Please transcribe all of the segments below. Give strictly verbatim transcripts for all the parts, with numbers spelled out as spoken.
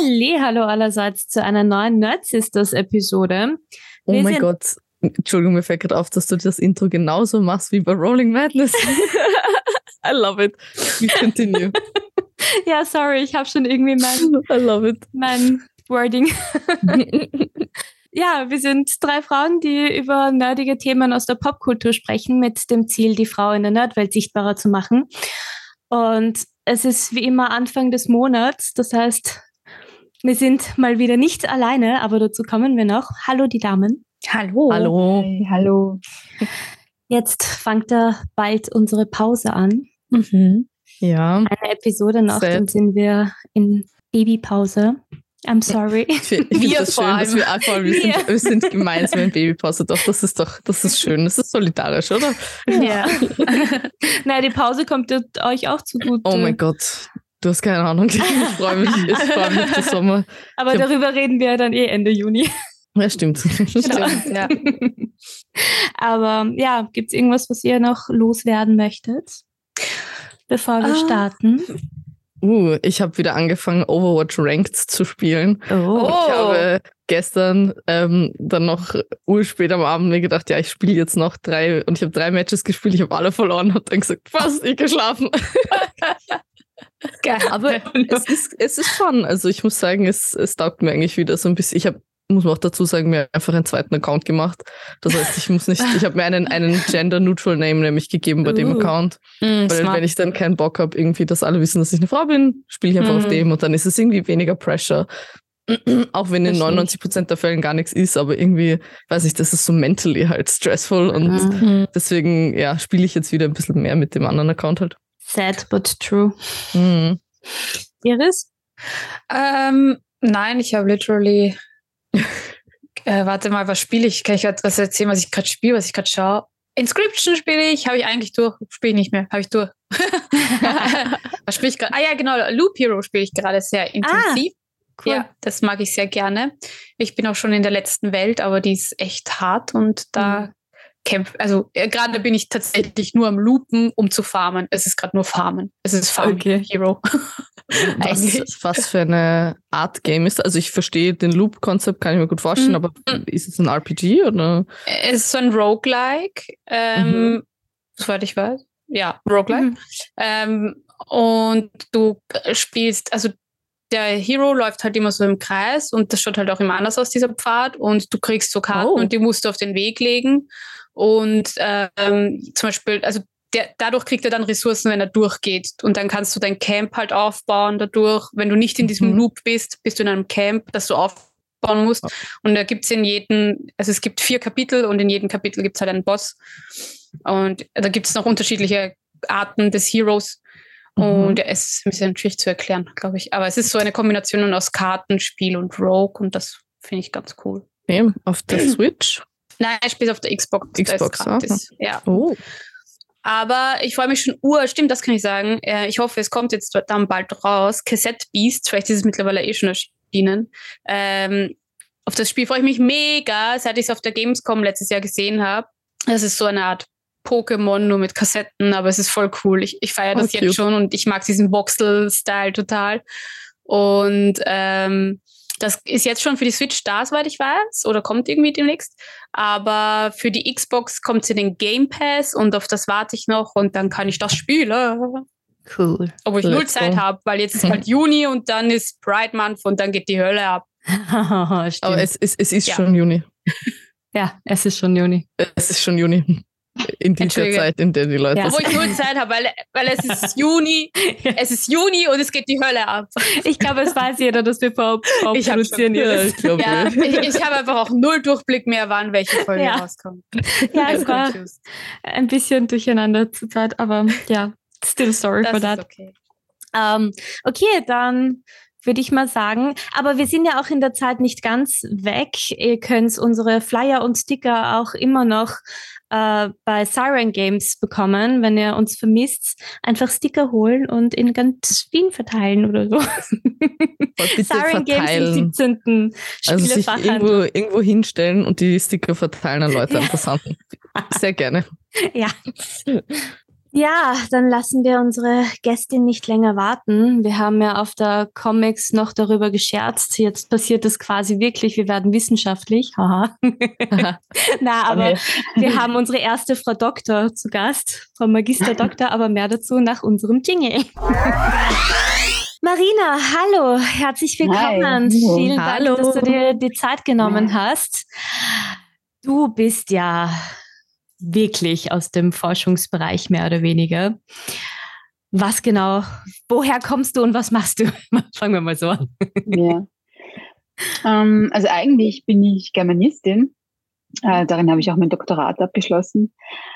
Hallihallo allerseits zu einer neuen Nerd Sisters Episode. Oh Wir mein sind- Gott. Entschuldigung, mir fällt gerade auf, dass du das Intro genauso machst wie bei Rolling Madness. I love it. Please continue. Ja, sorry, ich habe schon irgendwie mein, I love it. mein Wording. Ja, wir sind drei Frauen, die über nerdige Themen aus der Popkultur sprechen, mit dem Ziel, die Frau in der Nerdwelt sichtbarer zu machen. Und es ist wie immer Anfang des Monats, das heißt, wir sind mal wieder nicht alleine, aber dazu kommen wir noch. Hallo, die Damen. Hallo. Hallo. Hey, hallo. Jetzt fängt da bald unsere Pause an. Mhm. Ja. Eine Episode noch, Sad. dann sind wir in Babypause. I'm sorry. Ich finde Wir das vor schön, allem. dass wir einfach, wir sind, wir sind gemeinsam in Babypause. Doch, das ist doch, das ist schön. Das ist solidarisch, oder? Ja. Naja, die Pause kommt euch auch zugute. Oh mein Gott. Du hast keine Ahnung. Ich freue mich, ich freue mich auf den Sommer. Aber Ich hab- darüber reden wir dann eh Ende Juni. Ja, stimmt. Genau. Ja. Aber ja, gibt es irgendwas, was ihr noch loswerden möchtet, bevor wir Ah. starten? Uh, ich habe wieder angefangen, Overwatch Ranked zu spielen. Oh. Ich habe gestern ähm, dann noch urspät am Abend mir gedacht, ja, ich spiele jetzt noch drei und ich habe drei Matches gespielt, ich habe alle verloren, habe dann gesagt, fast ich geschlafen. Geil. Aber es ist, es ist schon, also ich muss sagen, es, es taugt mir eigentlich wieder so ein bisschen. Ich habe, muss man auch dazu sagen, mir einfach einen zweiten Account gemacht. Das heißt, ich muss nicht, ich habe mir einen, einen Gender-Neutral-Name nämlich gegeben bei dem Uh. Account. Mhm, Weil smart. wenn ich dann keinen Bock habe, irgendwie, dass alle wissen, dass ich eine Frau bin, spiele ich einfach Mhm. auf dem und dann ist es irgendwie weniger Pressure. Auch wenn in Verstehe. neunundneunzig Prozent der Fällen gar nichts ist, aber irgendwie, weiß ich, das ist so mentally halt stressful und Mhm. Mhm. deswegen, ja, spiele ich jetzt wieder ein bisschen mehr mit dem anderen Account halt. Sad but true. Mhm. Iris? Ähm, nein, ich habe literally. äh, warte mal, was spiele ich? Kann ich grad was erzählen, was ich gerade spiele, was ich gerade schaue? Inscription spiele ich, habe ich eigentlich durch. Spiele ich nicht mehr, habe ich durch. Was spiele ich gerade? Ah ja, genau, Loop Hero spiele ich gerade sehr intensiv. Cool. Ja, das mag ich sehr gerne. Ich bin auch schon in der letzten Welt, aber die ist echt hart und da kämpfe, also äh, gerade bin ich tatsächlich nur am Loopen, um zu farmen. Es ist gerade nur Farmen. Es ist Farm Okay. Hero. Was, Eigentlich. was für eine Art Game ist das? Also ich verstehe den Loop-Konzept, kann ich mir gut vorstellen, Mhm. aber ist es ein R P G oder? Es ist so ein Roguelike, ähm, Mhm. soweit ich weiß. Ja, Roguelike. Mhm. Ähm, und du spielst, also der Hero läuft halt immer so im Kreis und das schaut halt auch immer anders aus, dieser Pfad. Und du kriegst so Karten Oh. und die musst du auf den Weg legen. Und ähm, zum Beispiel, also der, dadurch kriegt er dann Ressourcen, wenn er durchgeht. Und dann kannst du dein Camp halt aufbauen dadurch. Wenn du nicht in diesem Mhm. Loop bist, bist du in einem Camp, das du aufbauen musst. Und da gibt es in jedem, also es gibt vier Kapitel und in jedem Kapitel gibt es halt einen Boss. Und da gibt es noch unterschiedliche Arten des Heroes. Und er ist ein bisschen schwierig zu erklären, glaube ich. Aber es ist so eine Kombination aus Kartenspiel und Rogue und das finde ich ganz cool. Okay, auf der Switch? Nein, ich spiele auf der Xbox. da Xbox, ist gratis. Ja. Oh. Aber ich freue mich schon ur, stimmt, das kann ich sagen. Äh, Ich hoffe, es kommt jetzt dann bald raus. Cassette Beast, vielleicht ist es mittlerweile eh schon erschienen. Ähm, auf das Spiel freue ich mich mega, seit ich es auf der Gamescom letztes Jahr gesehen habe. Das ist so eine Art Pokémon, nur mit Kassetten, aber es ist voll cool. Ich, ich feiere das Oh, jetzt cute. schon und ich mag diesen Voxel-Style total. Und ähm, das ist jetzt schon für die Switch da, soweit ich weiß, oder kommt irgendwie demnächst. Aber für die Xbox kommt es in den Game Pass und auf das warte ich noch und dann kann ich das spielen. Cool. Obwohl ich Let's null Zeit go. habe, weil jetzt ist bald Juni und dann ist Pride Month und dann geht die Hölle ab. Stimmt. Aber es, es, es ist Ja. schon Juni. ja, es ist schon Juni. Es ist schon Juni. In dieser Entschuldige. Zeit, in der die Leute Ja. Wo ich null Zeit habe, weil, weil es ist Juni, es ist Juni und es geht die Hölle ab. Ich glaube, es weiß jeder, dass wir vor, vor Ich hab produzieren. schon- Ja, Iris. ich glaube. Ja, ich, ich habe einfach auch null Durchblick mehr, wann welche Folge Ja. rauskommt. Ja, es I'm war confused. ein bisschen durcheinander zur Zeit, aber ja, still sorry Das for ist that. okay. Ähm, okay, dann würde ich mal sagen, aber wir sind ja auch in der Zeit nicht ganz weg. Ihr könnt unsere Flyer und Sticker auch immer noch äh, bei Siren Games bekommen. Wenn ihr uns vermisst, einfach Sticker holen und in ganz Wien verteilen oder so. Bitte Siren Games am verteilen. siebzehnten Also sich Spielefachhandel. irgendwo, irgendwo hinstellen und die Sticker verteilen an Leute, an Passanten. Sehr gerne. Ja. Ja, dann lassen wir unsere Gästin nicht länger warten. Wir haben ja auf der Comics noch darüber gescherzt. Jetzt passiert es quasi wirklich. Wir werden wissenschaftlich. Haha. Na, aber okay. Wir haben unsere erste Frau Doktor zu Gast, Frau Magister Doktor, aber mehr dazu nach unserem Jingle. Marina, hallo, herzlich willkommen. Hi. Vielen hallo. Dank, dass du dir die Zeit genommen hast. Du bist ja wirklich aus dem Forschungsbereich mehr oder weniger. Was genau, woher kommst du und was machst du? Fangen wir mal so an. Ja. Ähm, also eigentlich bin ich Germanistin. Äh, darin habe ich auch mein Doktorat abgeschlossen.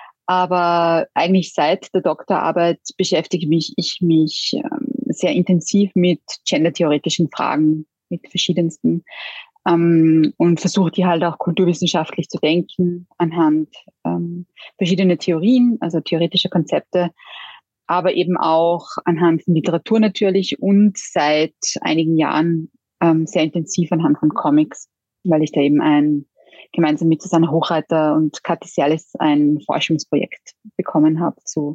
Aber eigentlich seit der Doktorarbeit beschäftige mich, ich mich ähm, sehr intensiv mit gendertheoretischen Fragen, mit verschiedensten. Ähm, und versuche die halt auch kulturwissenschaftlich zu denken anhand ähm, verschiedener Theorien, also theoretischer Konzepte, aber eben auch anhand von Literatur natürlich und seit einigen Jahren ähm, sehr intensiv anhand von Comics, weil ich da eben ein gemeinsam mit Susanne Hochreiter und Kathi Serlis ein Forschungsprojekt bekommen habe zu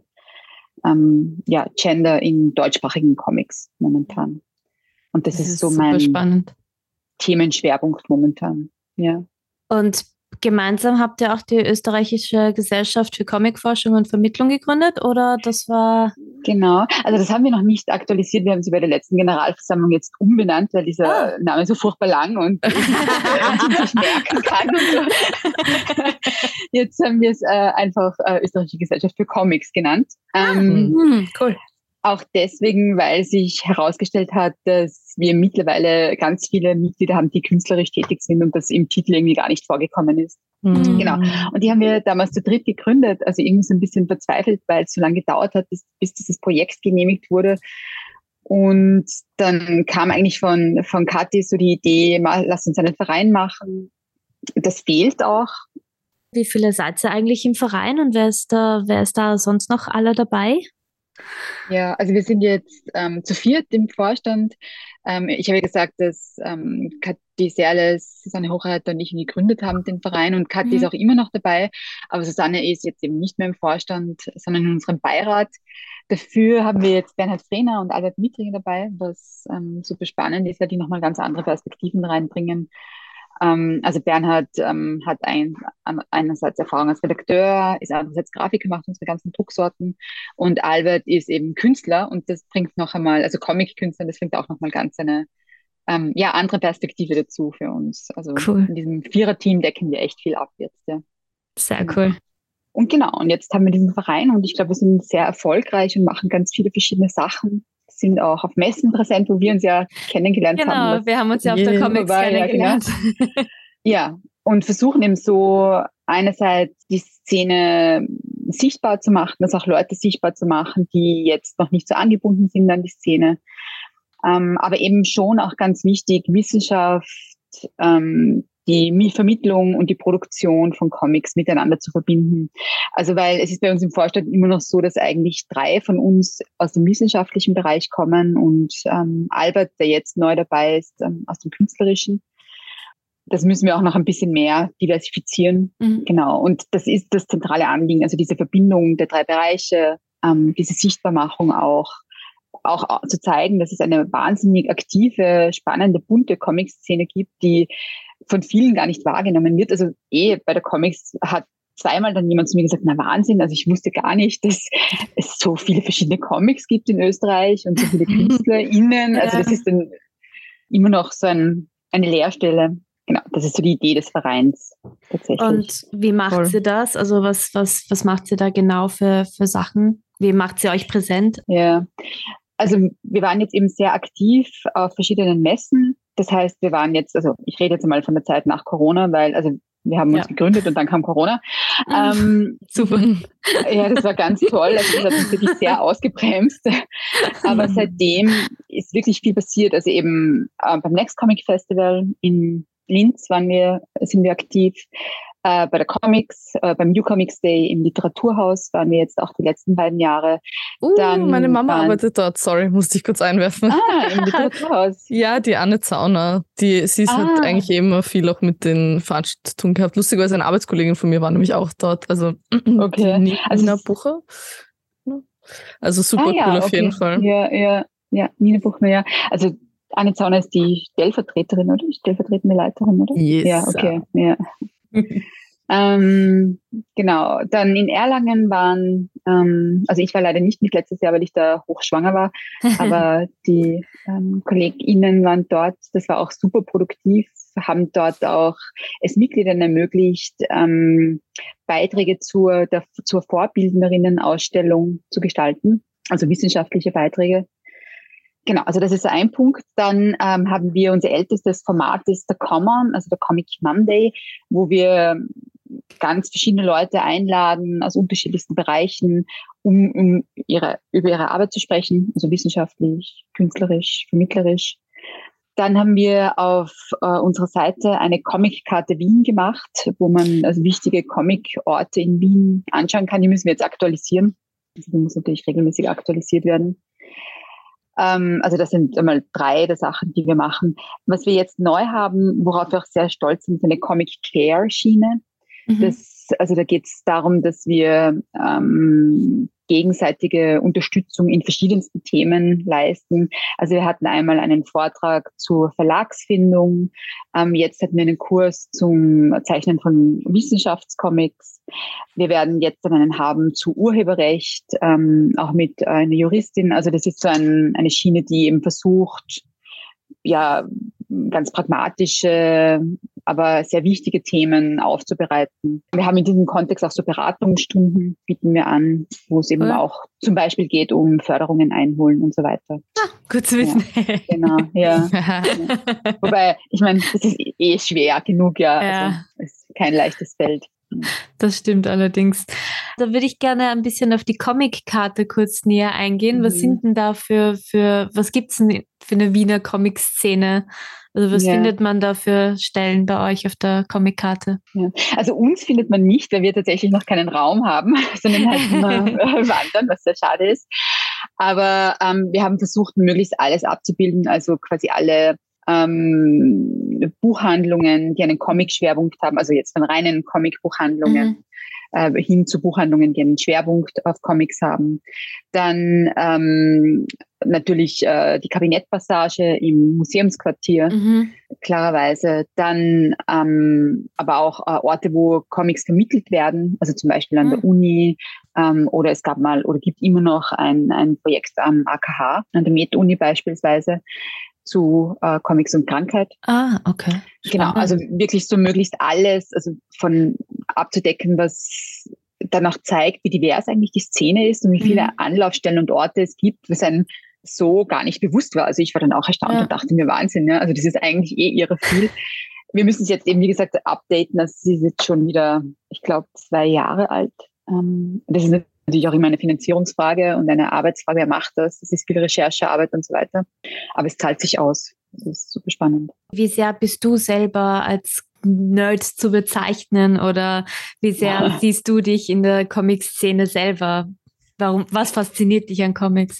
ähm, ja, Gender in deutschsprachigen Comics momentan. Und das, das ist, ist so mein spannend. Themenschwerpunkt momentan. Ja. Und gemeinsam habt ihr auch die Österreichische Gesellschaft für Comicforschung und Vermittlung gegründet, oder das war... Genau, also das haben wir noch nicht aktualisiert. Wir haben sie bei der letzten Generalversammlung jetzt umbenannt, weil dieser ah. Name so furchtbar lang und ich nicht merken kann. Und so. Jetzt haben wir es äh, einfach äh, Österreichische Gesellschaft für Comics genannt. Ähm, mhm, cool. Auch deswegen, weil sich herausgestellt hat, dass wir mittlerweile ganz viele Mitglieder haben, die künstlerisch tätig sind und das im Titel irgendwie gar nicht vorgekommen ist. Mhm. Genau. Und die haben wir damals zu dritt gegründet, also irgendwie so ein bisschen verzweifelt, weil es so lange gedauert hat, bis, bis dieses Projekt genehmigt wurde. Und dann kam eigentlich von, von Kathi so die Idee, mal, lass uns einen Verein machen. Das fehlt auch. Wie viele seid ihr eigentlich im Verein und wer ist da, wer ist da sonst noch alle dabei? Ja, also wir sind jetzt ähm, zu viert im Vorstand. Ähm, ich habe ja gesagt, dass ähm, Kathi Serles, Susanne Hochreiter und ich ihn gegründet haben, den Verein. Und Kathi mhm. ist auch immer noch dabei. Aber Susanne ist jetzt eben nicht mehr im Vorstand, sondern in unserem Beirat. Dafür haben wir jetzt Bernhard Frehner und Albert Mittringer dabei, was ähm, super spannend ist, weil die nochmal ganz andere Perspektiven reinbringen. Ähm, also Bernhard ähm, hat ein, an, einerseits Erfahrung als Redakteur, ist andererseits Grafiker, macht unsere ganzen Drucksorten, und Albert ist eben Künstler und das bringt noch einmal, also Comic-Künstler, das bringt auch noch mal ganz eine ähm, ja, andere Perspektive dazu für uns. Also cool. In diesem Vierer-Team decken wir echt viel ab jetzt. Ja. Sehr cool. Und genau, und jetzt haben wir diesen Verein und ich glaube, wir sind sehr erfolgreich und machen ganz viele verschiedene Sachen. Sind auch auf Messen präsent, wo wir uns ja kennengelernt genau, haben. Genau, wir haben uns ja auf der Comics war, kennengelernt. Ja, genau. Ja, und versuchen eben so einerseits die Szene sichtbar zu machen, also auch Leute sichtbar zu machen, die jetzt noch nicht so angebunden sind an die Szene. Ähm, aber eben schon auch ganz wichtig, Wissenschaft, ähm, die Vermittlung und die Produktion von Comics miteinander zu verbinden. Also weil es ist bei uns im Vorstand immer noch so, dass eigentlich drei von uns aus dem wissenschaftlichen Bereich kommen und ähm, Albert, der jetzt neu dabei ist, ähm, aus dem künstlerischen. Das müssen wir auch noch ein bisschen mehr diversifizieren. Mhm. Genau. Und das ist das zentrale Anliegen, also diese Verbindung der drei Bereiche, ähm, diese Sichtbarmachung auch, auch zu zeigen, dass es eine wahnsinnig aktive, spannende, bunte Comic-Szene gibt, die von vielen gar nicht wahrgenommen wird. Also eh bei der Comics hat zweimal dann jemand zu mir gesagt, na Wahnsinn, also ich wusste gar nicht, dass es so viele verschiedene Comics gibt in Österreich und so viele KünstlerInnen. Also das ist dann immer noch so ein, eine Leerstelle. Genau, das ist so die Idee des Vereins tatsächlich. Und wie macht Voll. sie das? Also was, was, was macht sie da genau für, für Sachen? Wie macht sie euch präsent? Ja, also wir waren jetzt eben sehr aktiv auf verschiedenen Messen. Das heißt, wir waren jetzt, also ich rede jetzt mal von der Zeit nach Corona, weil also wir haben uns ja. gegründet und dann kam Corona. Ähm, Super. Ja, das war ganz toll. Also das hat uns wirklich sehr ausgebremst. Aber seitdem ist wirklich viel passiert. Also eben äh, beim Next Comic Festival in Linz waren wir, sind wir aktiv. Äh, bei der Comics, äh, beim New Comics Day im Literaturhaus waren wir jetzt auch die letzten beiden Jahre. Uh, Dann meine Mama waren, arbeitet dort, sorry, musste ich kurz einwerfen. Ah, im Literaturhaus. Ja, die Anne Zauner, die, sie ah. hat eigentlich immer viel auch mit den Veranstaltungen zu tun gehabt. Lustigerweise eine Arbeitskollegin von mir war nämlich auch dort, also okay. Nina also Bucher. Also super Ah, ja, cool auf okay. jeden Fall. Ja, ja, ja, Nina Buchner, ja. Also Anne Zauner ist die Stellvertreterin, oder? Stellvertretende Leiterin, oder? Yes. Ja, okay, ja. ähm, genau, dann in Erlangen waren, ähm, also ich war leider nicht mit letztes Jahr, weil ich da hochschwanger war, aber die ähm, KollegInnen waren dort, das war auch super produktiv, haben dort auch es Mitgliedern ermöglicht, ähm, Beiträge zur, der, zur Vorbildnerinnenausstellung zu gestalten, also wissenschaftliche Beiträge. Genau, also das ist ein Punkt. Dann ähm, haben wir unser ältestes Format, ist der Common, also der Comic Monday, wo wir ganz verschiedene Leute einladen aus unterschiedlichsten Bereichen, um, um ihre, über ihre Arbeit zu sprechen, also wissenschaftlich, künstlerisch, vermittlerisch. Dann haben wir auf äh, unserer Seite eine Comic-Karte Wien gemacht, wo man also wichtige Comic-Orte in Wien anschauen kann. Die müssen wir jetzt aktualisieren. Also die muss natürlich regelmäßig aktualisiert werden. Ähm, also das sind einmal drei der Sachen, die wir machen. Was wir jetzt neu haben, worauf wir auch sehr stolz sind, ist eine Comic-Care-Schiene. Mhm. Das, also da geht es darum, dass wir ähm, gegenseitige Unterstützung in verschiedensten Themen leisten. Also wir hatten einmal einen Vortrag zur Verlagsfindung, ähm, jetzt hatten wir einen Kurs zum Zeichnen von Wissenschaftscomics. Wir werden jetzt einen haben zu Urheberrecht, ähm, auch mit einer Juristin. Also das ist so ein, eine Schiene, die eben versucht, ja, ganz pragmatische, aber sehr wichtige Themen aufzubereiten. Wir haben in diesem Kontext auch so Beratungsstunden, bieten wir an, wo es eben ja. auch zum Beispiel geht um Förderungen einholen und so weiter. Ah, gut zu wissen. Ja, genau, ja. Wobei, ich meine, das ist eh schwer genug, ja. ja. Also, es ist kein leichtes Feld. Das stimmt allerdings. Da würde ich gerne ein bisschen auf die Comic-Karte kurz näher eingehen. Mhm. Was sind denn da für, für was gibt's denn für eine Wiener Comic-Szene? Also was ja. findet man da für Stellen bei euch auf der Comic-Karte? Ja. Also uns findet man nicht, weil wir tatsächlich noch keinen Raum haben, sondern halt immer wandern, was sehr schade ist. Aber ähm, wir haben versucht, möglichst alles abzubilden, also quasi alle ähm, Buchhandlungen, die einen Comic-Schwerpunkt haben, also jetzt von reinen Comic-Buchhandlungen mhm. äh, hin zu Buchhandlungen, die einen Schwerpunkt auf Comics haben. Dann ähm, natürlich äh, die Kabinettpassage im Museumsquartier, mhm. klarerweise. Dann ähm, aber auch äh, Orte, wo Comics vermittelt werden, also zum Beispiel an mhm. der Uni ähm, oder es gab mal oder gibt immer noch ein, ein Projekt am A K H, an der Med-Uni beispielsweise, zu äh, Comics und Krankheit. Ah, okay. Spannend. Genau, also wirklich so möglichst alles, also von abzudecken, was danach zeigt, wie divers eigentlich die Szene ist und wie viele mhm. Anlaufstellen und Orte es gibt, was einem so gar nicht bewusst war. Also ich war dann auch erstaunt ja. und dachte mir, Wahnsinn, ja? Also das ist eigentlich eh irre viel. Wir müssen es jetzt eben, wie gesagt, updaten. Das ist jetzt schon wieder, ich glaube, zwei Jahre alt. Ähm, das ist natürlich auch immer eine Finanzierungsfrage und eine Arbeitsfrage, wer macht das? Das ist viel Recherchearbeit und so weiter. Aber es zahlt sich aus. Das ist super spannend. Wie sehr bist du selber als Nerd zu bezeichnen oder wie sehr ja. siehst du dich in der Comic-Szene selber? Warum, was fasziniert dich an Comics?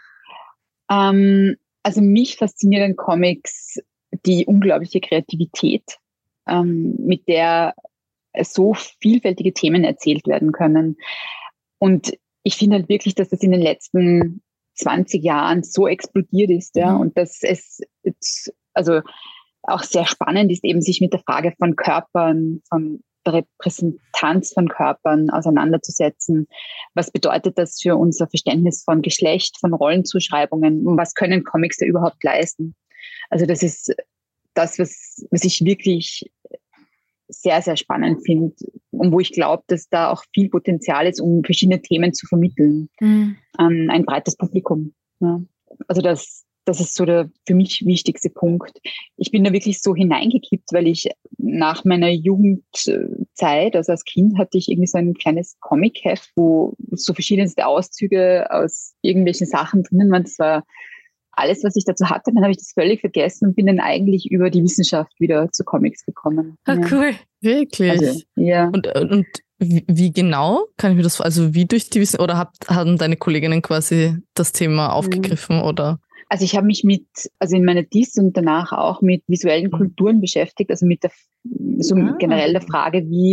Ähm, also mich fasziniert an Comics die unglaubliche Kreativität, ähm, mit der so vielfältige Themen erzählt werden können. Und ich finde halt wirklich, dass das in den letzten zwanzig Jahren so explodiert ist, ja, mhm. und dass es jetzt, also auch sehr spannend ist, eben sich mit der Frage von Körpern, von der Repräsentanz von Körpern auseinanderzusetzen. Was bedeutet das für unser Verständnis von Geschlecht, von Rollenzuschreibungen? Und was können Comics da überhaupt leisten? Also das ist das, was, was ich wirklich sehr, sehr spannend finde und wo ich glaube, dass da auch viel Potenzial ist, um verschiedene Themen zu vermitteln mhm. an ein breites Publikum. Ja. Also das, das ist so der für mich wichtigste Punkt. Ich bin da wirklich so hineingekippt, weil ich nach meiner Jugendzeit, also als Kind, hatte ich irgendwie so ein kleines Comic-Heft, wo so verschiedenste Auszüge aus irgendwelchen Sachen drinnen waren. Das war alles, was ich dazu hatte. Dann habe ich das völlig vergessen und bin dann eigentlich über die Wissenschaft wieder zu Comics gekommen. Oh, ja. Cool. Wirklich? Also, ja. Und, und wie, wie genau kann ich mir das, also wie durch die Wissenschaft, oder habt, haben deine Kolleginnen quasi das Thema aufgegriffen, mhm. oder? Also ich habe mich mit, also in meiner Dis und danach auch mit visuellen Kulturen beschäftigt, also mit der, so ah. generell der Frage, wie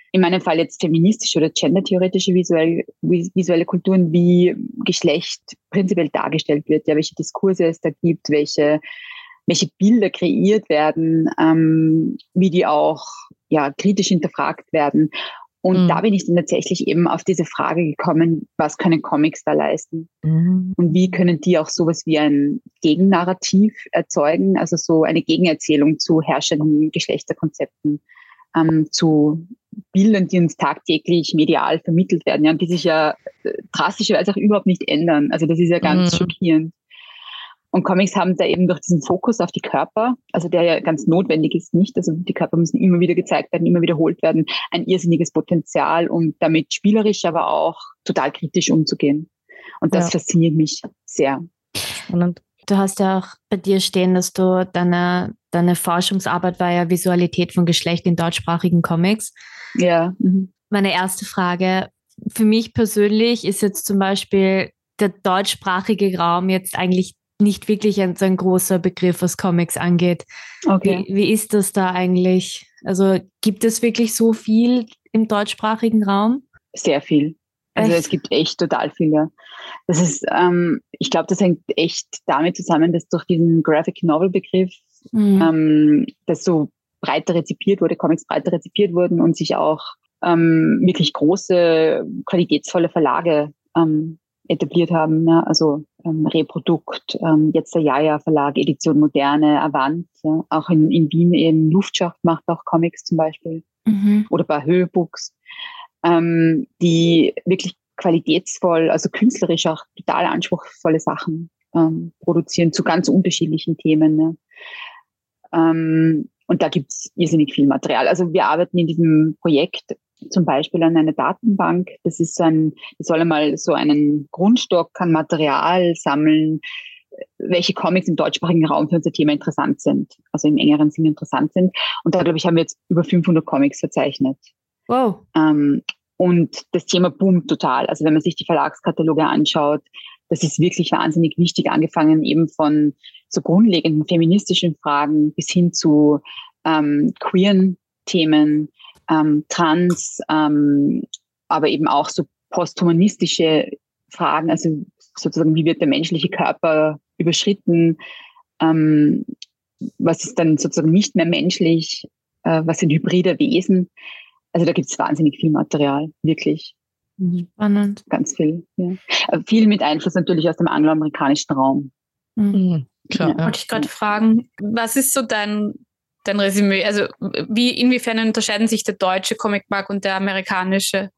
in meinem Fall jetzt feministische oder gendertheoretische visuelle, visuelle Kulturen, wie Geschlecht prinzipiell dargestellt wird, ja, welche Diskurse es da gibt, welche, welche Bilder kreiert werden, ähm, wie die auch ja, kritisch hinterfragt werden. Und mhm. da bin ich dann tatsächlich eben auf diese Frage gekommen, was können Comics da leisten? Mhm. Und wie können die auch sowas wie ein Gegennarrativ erzeugen, also so eine Gegenerzählung zu herrschenden Geschlechterkonzepten, ähm, zu Bildern, die uns tagtäglich medial vermittelt werden, ja, und die sich ja drastischerweise auch überhaupt nicht ändern. Also das ist ja ganz mhm. schockierend. Und Comics haben da eben durch diesen Fokus auf die Körper, also der ja ganz notwendig ist, nicht? Also die Körper müssen immer wieder gezeigt werden, immer wiederholt werden, ein irrsinniges Potenzial, um damit spielerisch, aber auch total kritisch umzugehen. Und das ja. fasziniert mich sehr. Spannend. Du hast ja auch bei dir stehen, dass du deine, deine Forschungsarbeit war ja Visualität von Geschlecht in deutschsprachigen Comics. Ja. Mhm. Meine erste Frage, für mich persönlich ist jetzt zum Beispiel der deutschsprachige Raum jetzt eigentlich nicht wirklich ein, so ein großer Begriff, was Comics angeht. Okay. Wie, wie ist das da eigentlich? Also gibt es wirklich so viel im deutschsprachigen Raum? Sehr viel. Also echt? Es gibt echt total viel, ja. Das ist, ähm, ich glaube, das hängt echt damit zusammen, dass durch diesen Graphic Novel Begriff, mhm. ähm, das so breiter rezipiert wurde, Comics breiter rezipiert wurden und sich auch ähm, wirklich große, qualitätsvolle Verlage ähm, etabliert haben, ja, also ähm, Reprodukt, ähm, jetzt der Jaja Verlag, Edition Moderne, Avant, ja, auch in, in Wien eben Luftschaft macht auch Comics zum Beispiel mhm. oder bei Höhebooks, ähm, die wirklich qualitätsvoll, also künstlerisch auch total anspruchsvolle Sachen ähm, produzieren zu ganz unterschiedlichen Themen. Ne? Ähm, und da gibt's irrsinnig viel Material. Also wir arbeiten in diesem Projekt zum Beispiel an einer Datenbank. Das ist so ein, das soll einmal so einen Grundstock an Material sammeln, welche Comics im deutschsprachigen Raum für unser Thema interessant sind, also im engeren Sinne interessant sind. Und da, glaube ich, haben wir jetzt über fünfhundert Comics verzeichnet. Wow. Ähm, und das Thema boomt total. Also wenn man sich die Verlagskataloge anschaut, das ist wirklich wahnsinnig wichtig, angefangen eben von so grundlegenden feministischen Fragen bis hin zu ähm, queeren Themen, Ähm, trans, ähm, aber eben auch so posthumanistische Fragen, also sozusagen, wie wird der menschliche Körper überschritten, ähm, was ist dann sozusagen nicht mehr menschlich, äh, was sind hybride Wesen. Also da gibt es wahnsinnig viel Material, wirklich. Spannend. Ganz viel, ja. Viel mit Einfluss natürlich aus dem angloamerikanischen Raum. Mhm. Klar, ja. Wollte ich gerade fragen, was ist so dein Dein Resümee, also wie, inwiefern unterscheiden sich der deutsche Comicmarkt und der amerikanische?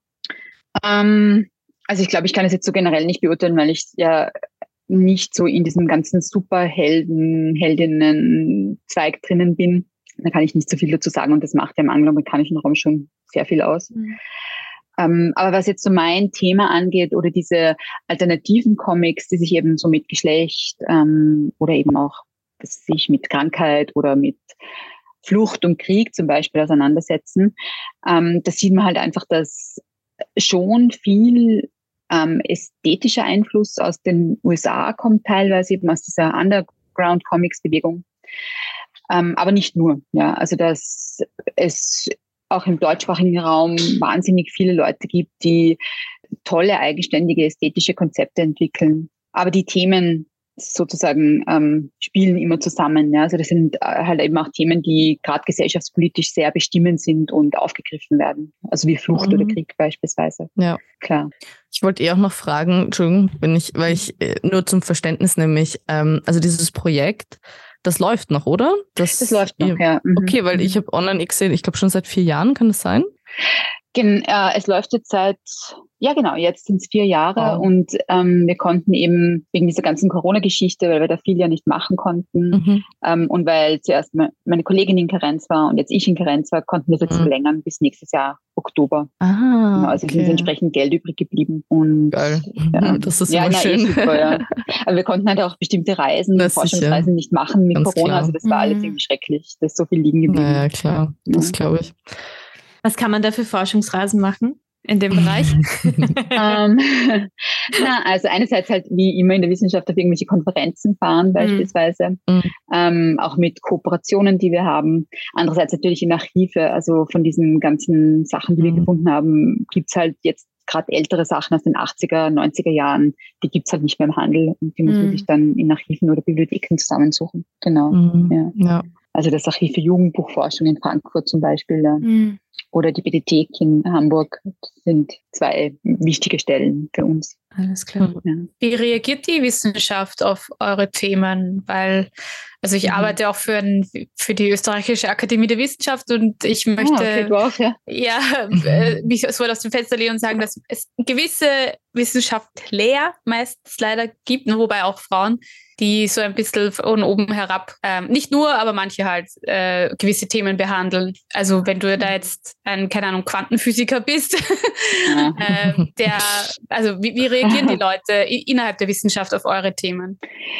Ähm, also ich glaube, ich kann es jetzt so generell nicht beurteilen, weil ich ja nicht so in diesem ganzen Superhelden, Heldinnen-Zweig drinnen bin. Da kann ich nicht so viel dazu sagen und das macht ja im angloamerikanischen Raum schon sehr viel aus. Mhm. Ähm, aber was jetzt so mein Thema angeht oder diese alternativen Comics, die sich eben so mit Geschlecht ähm, oder eben auch sich mit Krankheit oder mit Flucht und Krieg zum Beispiel auseinandersetzen, ähm, da sieht man halt einfach, dass schon viel ähm, ästhetischer Einfluss aus den U S A kommt, teilweise eben aus dieser Underground-Comics-Bewegung, ähm, aber nicht nur. Ja, also dass es auch im deutschsprachigen Raum wahnsinnig viele Leute gibt, die tolle, eigenständige ästhetische Konzepte entwickeln, aber die Themen sozusagen ähm, spielen immer zusammen. Ja? Also das sind halt eben auch Themen, die gerade gesellschaftspolitisch sehr bestimmend sind und aufgegriffen werden. Also wie Flucht mhm. oder Krieg beispielsweise. Ja, klar. Ich wollte eh auch noch fragen, Entschuldigung, wenn ich, weil ich äh, nur zum Verständnis nämlich, ähm, also dieses Projekt, das läuft noch, oder? Das, das läuft noch, ja. Mhm. Okay, weil ich habe Online X gesehen, ich glaube schon seit vier Jahren, kann das sein? Gen, äh, es läuft jetzt seit, ja genau, jetzt sind es vier Jahre wow. und ähm, wir konnten eben wegen dieser ganzen Corona-Geschichte, weil wir da viel ja nicht machen konnten mhm. ähm, und weil zuerst meine Kollegin in Karenz war und jetzt ich in Karenz war, konnten wir es jetzt mhm. verlängern bis nächstes Jahr Oktober. Ah, genau, also okay. ist uns entsprechend Geld übrig geblieben. Und, geil, ja, das ist ja, immer na, schön. Super, ja. Aber wir konnten halt auch bestimmte Reisen, das Forschungsreisen sicher. nicht machen mit Ganz Corona, klar. also das war mhm. alles irgendwie schrecklich. Da ist so viel liegen geblieben. Naja, klar, das glaube ich. Was kann man da für Forschungsreisen machen? in dem Bereich? ähm, na, also einerseits halt wie immer in der Wissenschaft auf irgendwelche Konferenzen fahren beispielsweise, Mhm. ähm, auch mit Kooperationen, die wir haben. Andererseits natürlich in Archive, also von diesen ganzen Sachen, die wir Mhm. gefunden haben, gibt's halt jetzt gerade ältere Sachen aus den achtziger, neunziger Jahren, die gibt's halt nicht mehr im Handel und die muss man Mhm. sich dann in Archiven oder Bibliotheken zusammensuchen. Genau. Mhm. Ja. Ja. Also das Archiv für Jugendbuchforschung in Frankfurt zum Beispiel, ja. Mhm. Oder die Bibliothek in Hamburg sind zwei wichtige Stellen für uns. Alles klar. Ja. Wie reagiert die Wissenschaft auf eure Themen? Weil, also ich Mhm. arbeite auch für, ein, für die Österreichische Akademie der Wissenschaft und ich möchte Ah, okay, du auch, ja. ja, äh, mich so aus dem Fenster lehnen und sagen, dass es gewisse Wissenschaftler meistens leider gibt, wobei auch Frauen, die so ein bisschen von oben herab, ähm, nicht nur, aber manche halt äh, gewisse Themen behandeln. Also wenn du da jetzt ein, keine Ahnung, Quantenphysiker bist, Ja. äh, der, also wie, wie reagieren die Leute i- innerhalb der Wissenschaft auf eure Themen?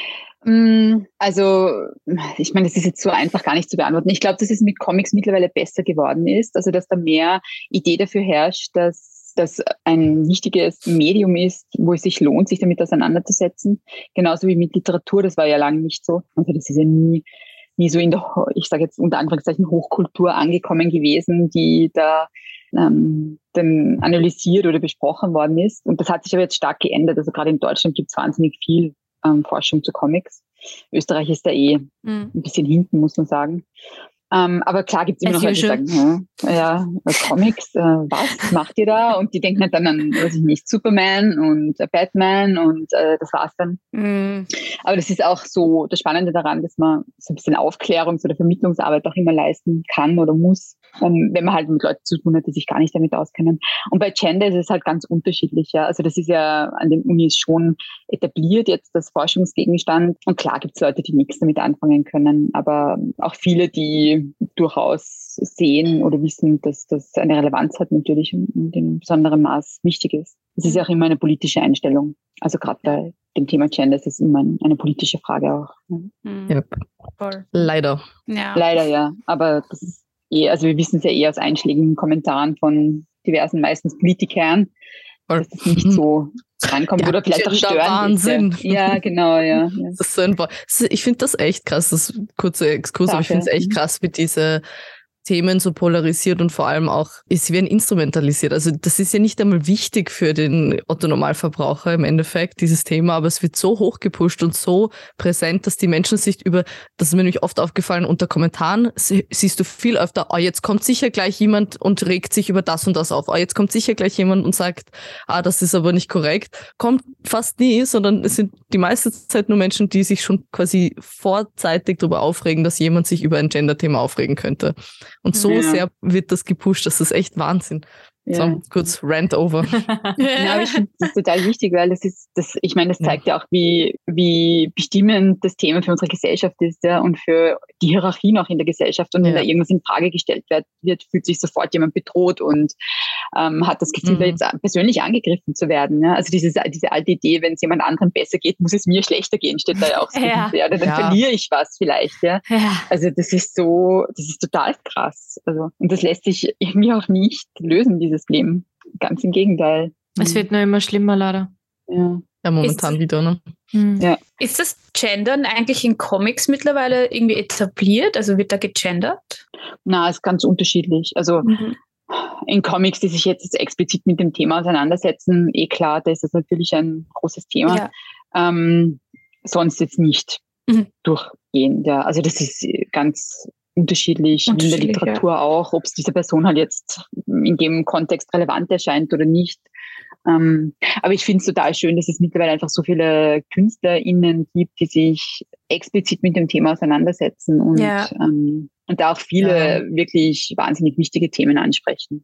Mm, Also, ich meine, das ist jetzt so einfach gar nicht zu beantworten. Ich glaube, dass es mit Comics mittlerweile besser geworden ist. Also, dass da mehr Idee dafür herrscht, dass das ein wichtiges Medium ist, wo es sich lohnt, sich damit auseinanderzusetzen. Genauso wie mit Literatur, das war ja lange nicht so. Also, das ist ja nie, nie so in der, ich sage jetzt unter Anführungszeichen, Hochkultur angekommen gewesen, die da ähm, dann analysiert oder besprochen worden ist. Und das hat sich aber jetzt stark geändert. Also gerade in Deutschland gibt es wahnsinnig viel ähm, Forschung zu Comics. Österreich ist da eh Mhm. ein bisschen hinten, muss man sagen. Ähm, aber klar gibt es immer As noch Leute, die usual. sagen, ja, ja äh, Comics, äh, was macht ihr da? Und die denken halt dann an, weiß ich nicht, Superman und äh, Batman und äh, das war's dann. Mhm. Aber das ist auch so das Spannende daran, dass man so ein bisschen Aufklärungs- oder Vermittlungsarbeit auch immer leisten kann oder muss, ähm, wenn man halt mit Leuten zu tun hat, die sich gar nicht damit auskennen. Und bei Gender ist es halt ganz unterschiedlich. Ja. Also das ist ja an den Unis schon etabliert, jetzt das Forschungsgegenstand. Und klar gibt es Leute, die nichts damit anfangen können, aber auch viele, die durchaus sehen oder wissen, dass das eine Relevanz hat natürlich und in besonderem Maß wichtig ist. Es ist ja auch immer eine politische Einstellung. Also gerade bei dem Thema Gender ist es immer eine politische Frage auch. Mhm. Yep. Voll. Leider. Ja. Leider ja, aber das ist eh, also wir wissen es ja eher aus einschlägigen Kommentaren von diversen, meistens Politikern, dass es nicht so rankommt Ja, oder vielleicht auch störend Gender-Wahnsinn. ist. Ja, ja genau, ja. ja. Das ist so ein Wa- Ich finde das echt krass, das ist ein kurzer Exkurs, aber ich finde es Dafür. echt krass, wie diese Themen so polarisiert und vor allem auch, sie werden instrumentalisiert. Also das ist ja nicht einmal wichtig für den Otto-Normalverbraucher im Endeffekt, dieses Thema, aber es wird so hoch gepusht und so präsent, dass die Menschen sich über, das ist mir nämlich oft aufgefallen, unter Kommentaren sie, siehst du viel öfter, oh, jetzt kommt sicher gleich jemand und regt sich über das und das auf. Oh, jetzt kommt sicher gleich jemand und sagt, ah, das ist aber nicht korrekt. Kommt fast nie, sondern es sind die meiste Zeit nur Menschen, die sich schon quasi vorzeitig darüber aufregen, dass jemand sich über ein Gender-Thema aufregen könnte. Und so Ja. sehr wird das gepusht, das ist echt Wahnsinn. Ja. So, kurz Rant over. Ja, aber ich finde das total wichtig, weil das ist, das, ich meine, das zeigt ja auch, wie, wie bestimmend das Thema für unsere Gesellschaft ist, ja, und für die Hierarchien auch in der Gesellschaft. Und wenn Ja. da irgendwas in Frage gestellt wird, wird, fühlt sich sofort jemand bedroht und ähm, hat das Gefühl, Mhm. da jetzt persönlich angegriffen zu werden. Ja. Also dieses, diese alte Idee, wenn es jemand anderen besser geht, muss es mir schlechter gehen, steht da ja auch so. Ja. Ja, oder dann Ja. verliere ich was vielleicht, ja. Ja. Also das ist so, das ist total krass. Also, und das lässt sich irgendwie auch nicht lösen, dieses Problem. Ganz im Gegenteil. Es wird nur immer schlimmer, leider. Ja. Ja, momentan Ist- wieder, ne? Hm. Ja. Ist das Gendern eigentlich in Comics mittlerweile irgendwie etabliert? Also wird da gegendert? Na, ist ganz unterschiedlich. Also Mhm. in Comics, die sich jetzt explizit mit dem Thema auseinandersetzen, eh klar, da ist das natürlich ein großes Thema. Ja. Ähm, sonst jetzt nicht Mhm. durchgehend. Ja. Also das ist ganz unterschiedlich, in der Unterschiedlich, Literatur auch, ob es dieser Person halt jetzt in dem Kontext relevant erscheint oder nicht. Ähm, aber ich finde es total schön, dass es mittlerweile einfach so viele KünstlerInnen gibt, die sich explizit mit dem Thema auseinandersetzen und, Ja. ähm, und da auch viele Ja. wirklich wahnsinnig wichtige Themen ansprechen.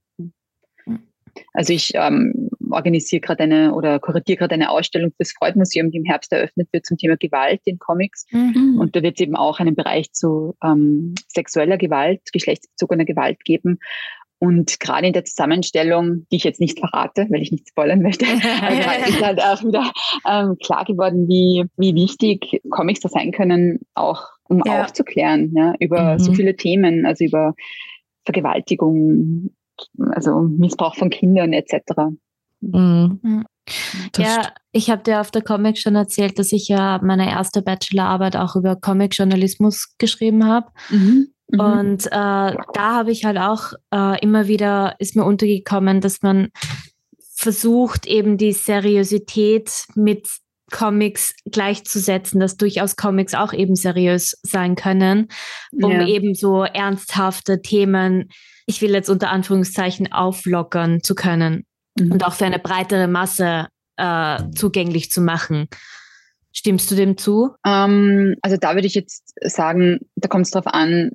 Also ich ähm, organisiere gerade eine oder kuratiere gerade eine Ausstellung fürs Freud-Museum, die im Herbst eröffnet wird zum Thema Gewalt in Comics. Mhm. Und da wird es eben auch einen Bereich zu ähm, sexueller Gewalt, geschlechtsbezogener Gewalt geben. Und gerade in der Zusammenstellung, die ich jetzt nicht verrate, weil ich nicht spoilern möchte, aber ist halt auch wieder ähm, klar geworden, wie, wie wichtig Comics da sein können, auch um Ja. aufzuklären, ja, über Mhm. so viele Themen, also über Vergewaltigung, also Missbrauch von Kindern et cetera. Mhm. Ja, ich habe dir auf der Comic schon erzählt, dass ich ja meine erste Bachelorarbeit auch über Comic-Journalismus geschrieben habe. Mhm. Mhm. Und äh, da habe ich halt auch äh, immer wieder, ist mir untergekommen, dass man versucht, eben die Seriosität mit Comics gleichzusetzen, dass durchaus Comics auch eben seriös sein können, um Ja. eben so ernsthafte Themen, ich will jetzt unter Anführungszeichen, auflockern zu können. Mhm. Und auch für eine breitere Masse äh, zugänglich zu machen. Stimmst du dem zu? Ähm, also da würde ich jetzt sagen, da kommt es darauf an,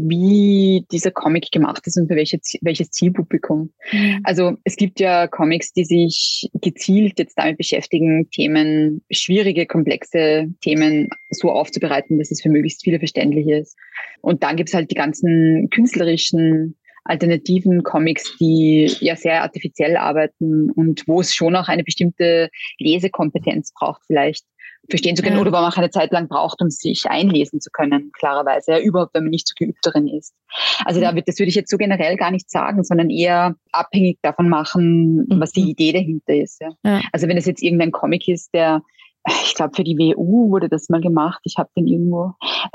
wie dieser Comic gemacht ist und für welche, welches Zielpublikum. Mhm. Also es gibt ja Comics, die sich gezielt jetzt damit beschäftigen, Themen, schwierige, komplexe Themen so aufzubereiten, dass es für möglichst viele verständlich ist. Und dann gibt es halt die ganzen künstlerischen alternativen Comics, die ja sehr artifiziell arbeiten und wo es schon auch eine bestimmte Lesekompetenz braucht, vielleicht verstehen zu können, Ja. oder wo man auch eine Zeit lang braucht, um sich einlesen zu können, klarerweise, ja, überhaupt, wenn man nicht so geübt darin ist. Also da wird, das würde ich jetzt so generell gar nicht sagen, sondern eher abhängig davon machen, was die Idee dahinter ist. Ja. Ja. Also wenn es jetzt irgendein Comic ist, der, ich glaube, für die W U wurde das mal gemacht, ich habe den irgendwo,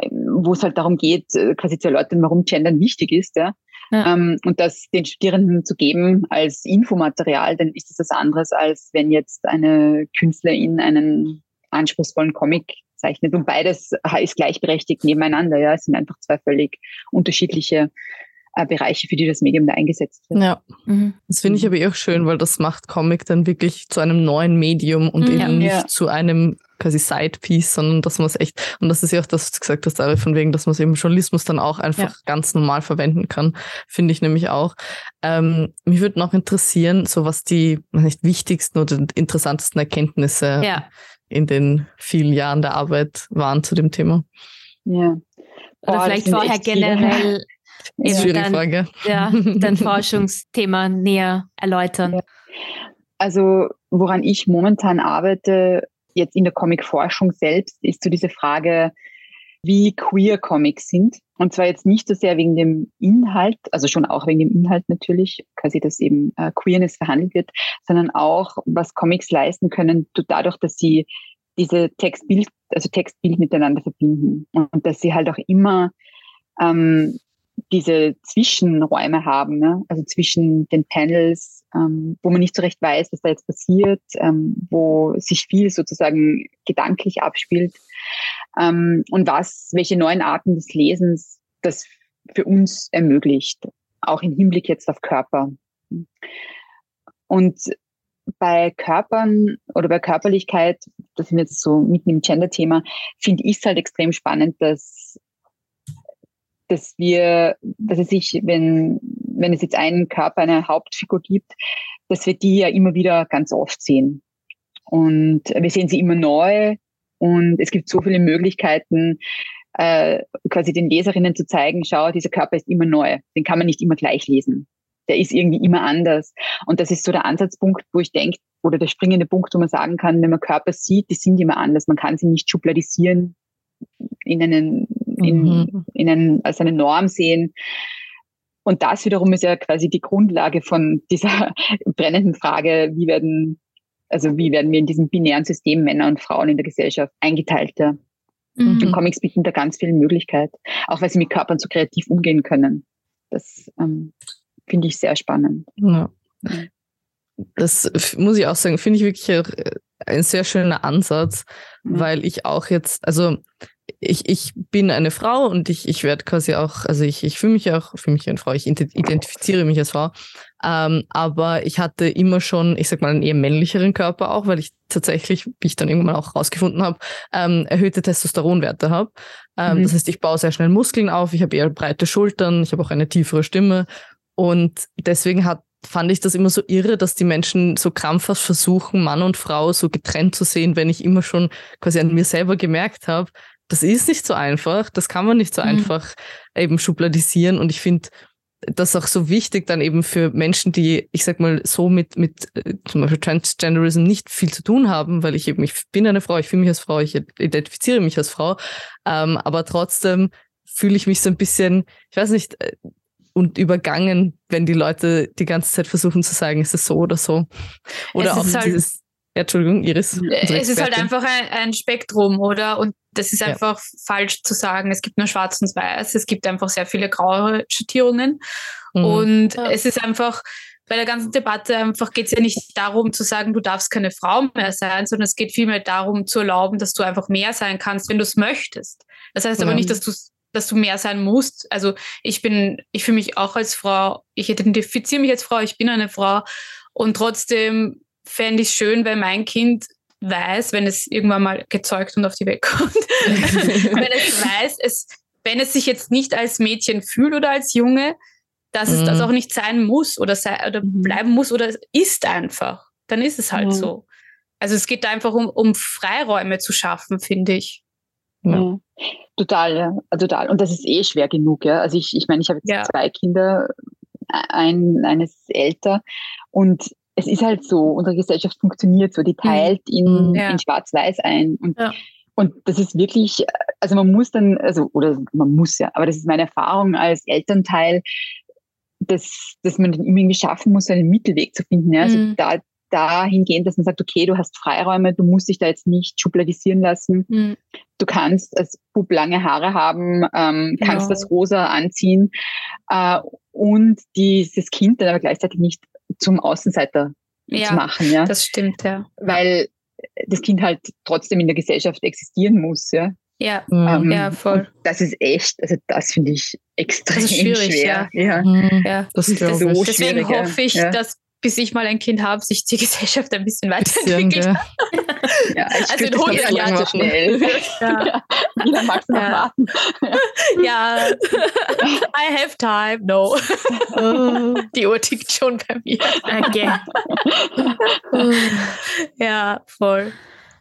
wo es halt darum geht, quasi zu erläutern, warum Gendern wichtig ist, ja. Ja. Ähm, und das den Studierenden zu geben als Infomaterial, dann ist es was anderes, als wenn jetzt eine Künstlerin einen anspruchsvollen Comic zeichnet. Und beides ist gleichberechtigt nebeneinander. Ja, es sind einfach zwei völlig unterschiedliche äh, Bereiche, für die das Medium da eingesetzt wird. Ja, Mhm. das finde ich aber auch schön, weil das macht Comic dann wirklich zu einem neuen Medium und Mhm. eben Ja. nicht Ja. zu einem quasi Sidepiece, sondern dass man es echt, und das ist ja auch das, was du gesagt hast, Ari, von wegen, dass man es im Journalismus dann auch einfach Ja. ganz normal verwenden kann, finde ich nämlich auch. Ähm, mich würde noch interessieren, so was die weiß nicht, wichtigsten oder interessantesten Erkenntnisse Ja. in den vielen Jahren der Arbeit waren zu dem Thema. Ja. Oder Boah, vielleicht das sind vorher echt viele. generell Das ist eben eine schwierige dein, Frage. ja, dein Forschungsthema näher erläutern. Ja. Also woran ich momentan arbeite, jetzt in der Comic-Forschung selbst, ist so diese Frage, wie queer Comics sind. Und zwar jetzt nicht so sehr wegen dem Inhalt, also schon auch wegen dem Inhalt natürlich, quasi, dass eben äh, Queerness verhandelt wird, sondern auch, was Comics leisten können, dadurch, dass sie diese Textbild, also Textbild miteinander verbinden. Und dass sie halt auch immer ähm, diese Zwischenräume haben, ne? Also zwischen den Panels, ähm, wo man nicht so recht weiß, was da jetzt passiert, ähm, wo sich viel sozusagen gedanklich abspielt, ähm, und was, welche neuen Arten des Lesens das für uns ermöglicht, auch im Hinblick jetzt auf Körper. Und bei Körpern oder bei Körperlichkeit, das sind jetzt so mitten im Gender-Thema, finde ich es halt extrem spannend, dass dass wir, dass es sich, wenn, wenn es jetzt einen Körper, eine Hauptfigur gibt, dass wir die ja immer wieder ganz oft sehen. Und wir sehen sie immer neu und es gibt so viele Möglichkeiten, äh, quasi den Leserinnen zu zeigen, schau, dieser Körper ist immer neu. Den kann man nicht immer gleich lesen. Der ist irgendwie immer anders. Und das ist so der Ansatzpunkt, wo ich denke, oder der springende Punkt, wo man sagen kann, wenn man Körper sieht, die sind immer anders. Man kann sie nicht schubladisieren, in einen, in, Mhm. in einen, als eine Norm sehen. Und das wiederum ist ja quasi die Grundlage von dieser brennenden Frage, wie werden, also wie werden wir in diesem binären System Männer und Frauen in der Gesellschaft eingeteilt? Ja. Mhm. Und Comics bieten da ganz viel Möglichkeit, auch weil sie mit Körpern so kreativ umgehen können. Das ähm, finde ich sehr spannend. Ja. Das f- muss ich auch sagen, finde ich wirklich auch äh, ein sehr schöner Ansatz, Mhm. weil ich auch jetzt, also ich, ich bin eine Frau und ich, ich werde quasi auch, also ich, ich fühle mich auch, fühle mich eine Frau, ich ident- identifiziere mich als Frau, ähm, aber ich hatte immer schon, ich sag mal, einen eher männlicheren Körper auch, weil ich tatsächlich, wie ich dann irgendwann auch rausgefunden habe, ähm, erhöhte Testosteronwerte habe. Ähm, Mhm. Das heißt, ich baue sehr schnell Muskeln auf, ich habe eher breite Schultern, ich habe auch eine tiefere Stimme und deswegen hat fand ich das immer so irre, dass die Menschen so krampfhaft versuchen, Mann und Frau so getrennt zu sehen, wenn ich immer schon quasi an mir selber gemerkt habe, das ist nicht so einfach, das kann man nicht so Mhm. einfach eben schubladisieren und ich finde das auch so wichtig dann eben für Menschen, die, ich sag mal, so mit, mit äh, zum Beispiel Transgenderism nicht viel zu tun haben, weil ich eben, ich bin eine Frau, ich fühle mich als Frau, ich identifiziere mich als Frau, ähm, aber trotzdem fühle ich mich so ein bisschen, ich weiß nicht, äh, und übergangen, wenn die Leute die ganze Zeit versuchen zu sagen, ist es so oder so. Oder Es auch ist halt- dieses, ja, Entschuldigung, Iris. unsere Es ist halt Expertin. einfach ein, ein Spektrum, oder? Und das ist Ja. einfach falsch zu sagen, es gibt nur schwarz und weiß, es gibt einfach sehr viele graue Schattierungen. Mhm. Und Ja. es ist einfach, bei der ganzen Debatte einfach geht es ja nicht darum zu sagen, du darfst keine Frau mehr sein, sondern es geht vielmehr darum zu erlauben, dass du einfach mehr sein kannst, wenn du es möchtest. Das heißt aber Ja. nicht, dass du dass du mehr sein musst. Also ich bin, ich fühle mich auch als Frau, ich identifiziere mich als Frau, ich bin eine Frau und trotzdem fände ich es schön, wenn mein Kind weiß, wenn es irgendwann mal gezeugt und auf die Welt kommt, wenn es weiß, es, wenn es sich jetzt nicht als Mädchen fühlt oder als Junge, dass es Mhm. das auch nicht sein muss oder, sei, oder Mhm. bleiben muss oder es ist einfach. Dann ist es halt Ja. so. Also es geht einfach um, um Freiräume zu schaffen, finde ich. Ja. Ja. Total, ja, total. Und das ist eh schwer genug, ja. Also ich, ich meine, ich habe jetzt Ja. zwei Kinder, ein, eines älter und es ist halt so, unsere Gesellschaft funktioniert so, die teilt in, Ja. in Schwarz-Weiß ein und, Ja. und das ist wirklich, also man muss dann, also, oder man muss ja, aber das ist meine Erfahrung als Elternteil, dass, dass man dann irgendwie schaffen muss, so einen Mittelweg zu finden, ja. Also Mhm. da, dahingehend, dass man sagt, okay, du hast Freiräume, du musst dich da jetzt nicht schubladisieren lassen. Mhm. Du kannst als Bub lange Haare haben, ähm, kannst Ja. das rosa anziehen äh, und dieses Kind dann aber gleichzeitig nicht zum Außenseiter Ja, zu machen, ja, das stimmt, ja. weil das Kind halt trotzdem in der Gesellschaft existieren muss, ja. Ja, Mhm. Ähm, ja, voll. und das ist echt, also das finde ich extrem Das ist schwierig, schwer. Ja. Mhm. ja. Das ist glaube so ich. Deswegen schwierig, ja. hoffe ich, Ja. dass bis ich mal ein Kind habe, sich die Gesellschaft ein bisschen Bisschen, weiterentwickelt. gell. Ja, ich Also spür in das hundert nicht Jahren. so schnell. Ja. Ja. Wie lange magst du noch Ja. warten? Ja, I have time. No. Oh. Die Uhr tickt schon bei mir. Okay. Ja, voll.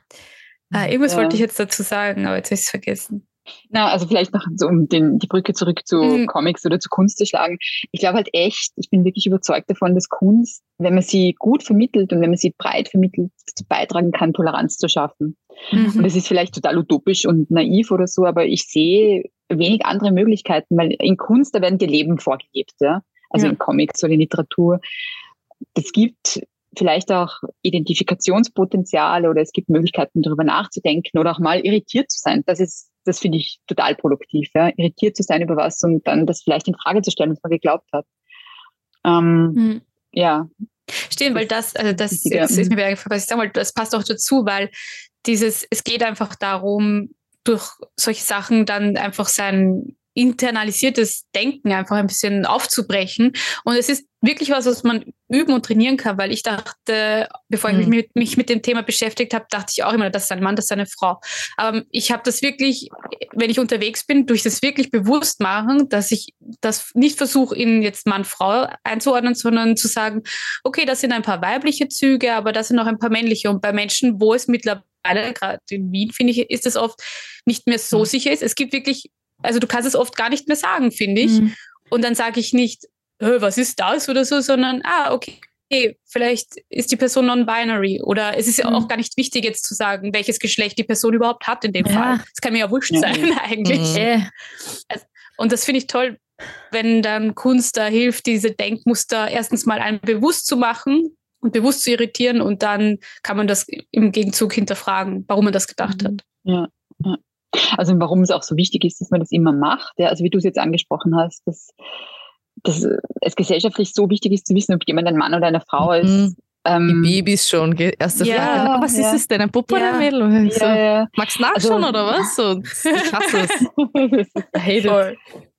Ah, irgendwas Ja. wollte ich jetzt dazu sagen, aber jetzt habe ich es vergessen. Na, also vielleicht noch so, um den, die Brücke zurück zu Mhm. Comics oder zu Kunst zu schlagen. Ich glaube halt echt, ich bin wirklich überzeugt davon, dass Kunst, wenn man sie gut vermittelt und wenn man sie breit vermittelt, dazu beitragen kann, Toleranz zu schaffen. Und Mhm. das ist vielleicht total utopisch und naiv oder so, aber ich sehe wenig andere Möglichkeiten, weil in Kunst, da werden dir Leben vorgelebt, ja. Also Ja. in Comics oder in Literatur. Das gibt vielleicht auch Identifikationspotenzial oder es gibt Möglichkeiten, darüber nachzudenken oder auch mal irritiert zu sein. Das ist, das finde ich total produktiv, ja. Irritiert zu sein über was und dann das vielleicht in Frage zu stellen, was man geglaubt hat. Ähm, Mhm. ja. Stimmt, weil das, also das Wichtiger. jetzt ist mir wieder eingefallen, was ich sagen wollte, das passt auch dazu, weil dieses, es geht einfach darum, durch solche Sachen dann einfach sein internalisiertes Denken einfach ein bisschen aufzubrechen. Und es ist wirklich was, was man üben und trainieren kann, weil ich dachte, bevor ich Mhm. mich mit, mich mit dem Thema beschäftigt habe, dachte ich auch immer, das ist ein Mann, das ist eine Frau. Aber ich habe das wirklich, wenn ich unterwegs bin, durch das wirklich bewusst machen, dass ich das nicht versuche, in jetzt Mann, Frau einzuordnen, sondern zu sagen, okay, das sind ein paar weibliche Züge, aber das sind auch ein paar männliche. Und bei Menschen, wo es mittlerweile, gerade in Wien, finde ich, ist es oft nicht mehr so Mhm. sicher ist. Es gibt wirklich, also du kannst es oft gar nicht mehr sagen, finde ich. Mhm. Und dann sage ich nicht, "Hä, was ist das oder so, sondern, ah, okay, vielleicht ist die Person non-binary oder es ist ja Mhm. auch gar nicht wichtig jetzt zu sagen, welches Geschlecht die Person überhaupt hat in dem Ja. Fall. Es kann mir ja wurscht Ja. sein eigentlich. Mhm. Äh, Und das finde ich toll, wenn dann Kunst da hilft, diese Denkmuster erstens mal einem bewusst zu machen und bewusst zu irritieren und dann kann man das im Gegenzug hinterfragen, warum man das gedacht hat. Ja, ja. Also warum es auch so wichtig ist, dass man das immer macht. Ja, also wie du es jetzt angesprochen hast, dass, dass es gesellschaftlich so wichtig ist zu wissen, ob jemand ein Mann oder eine Frau ist. Mhm. Die Ähm, Babys schon, gell? Erste Ja, Frage, na, was ja. ist es denn, ein Puppe oder Ja. ein Mädel? Und ich so, ja, ja. magst du nachschauen Also- oder was? So, ich hasse es. I hate it. Voll.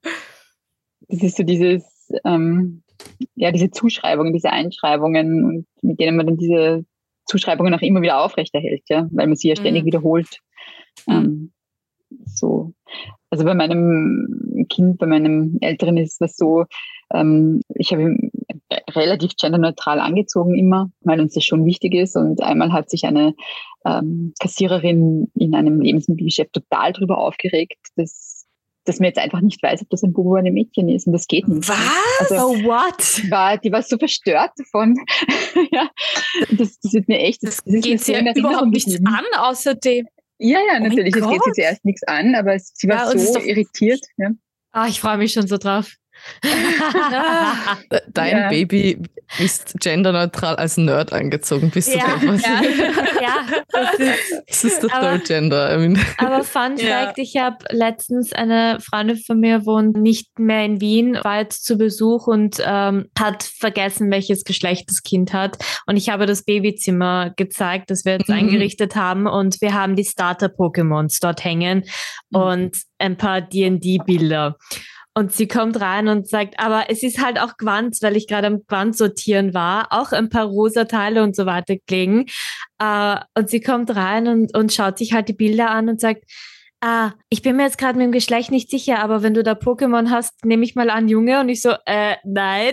Das ist so dieses, ähm, ja, diese Zuschreibungen, diese Einschreibungen, und mit denen man dann diese Zuschreibungen auch immer wieder aufrechterhält, ja, weil man sie ja ständig Mhm. wiederholt. Ähm, so. Also bei meinem Kind, bei meinem Älteren ist es so, ähm, ich habe ihn relativ genderneutral angezogen immer, weil uns das schon wichtig ist. Und einmal hat sich eine ähm, Kassiererin in einem Lebensmittelgeschäft total drüber aufgeregt, dass, dass man jetzt einfach nicht weiß, ob das ein Bub oder ein Mädchen ist. Und das geht nicht. Was? Also, oh, what? die war, die war so verstört davon. ja, das, das wird mir echt, das, Das das ist mir geht so sie in ja Erinnerung überhaupt nichts geblieben. an, außerdem. Ja, ja, Oh mein natürlich. Es geht sie Gott. zuerst nichts an, aber es, sie war Ja, und es ist so doch- irritiert. Ja. Ah, ich freue mich schon so drauf. Dein Ja. Baby ist genderneutral als Nerd angezogen. Bist Ja. du deppert? Ja, ja, das ist. Das ist der Aber- Third Gender. I mean. Aber Fun Ja. Fact, ich habe letztens eine Freundin von mir wohnt nicht mehr in Wien, war jetzt zu Besuch und ähm, hat vergessen, welches Geschlecht das Kind hat. Und ich habe das Babyzimmer gezeigt, das wir jetzt Mhm. eingerichtet haben und wir haben die Starter-Pokémons dort hängen und ein paar D und D-Bilder. Und sie kommt rein und sagt, aber es ist halt auch Quant, weil ich gerade am Quant sortieren war, auch ein paar rosa Teile und so weiter klingen. Äh, und sie kommt rein und, und schaut sich halt die Bilder an und sagt, ah, ich bin mir jetzt gerade mit dem Geschlecht nicht sicher, aber wenn du da Pokémon hast, nehme ich mal an Junge. Und ich so, äh, nein.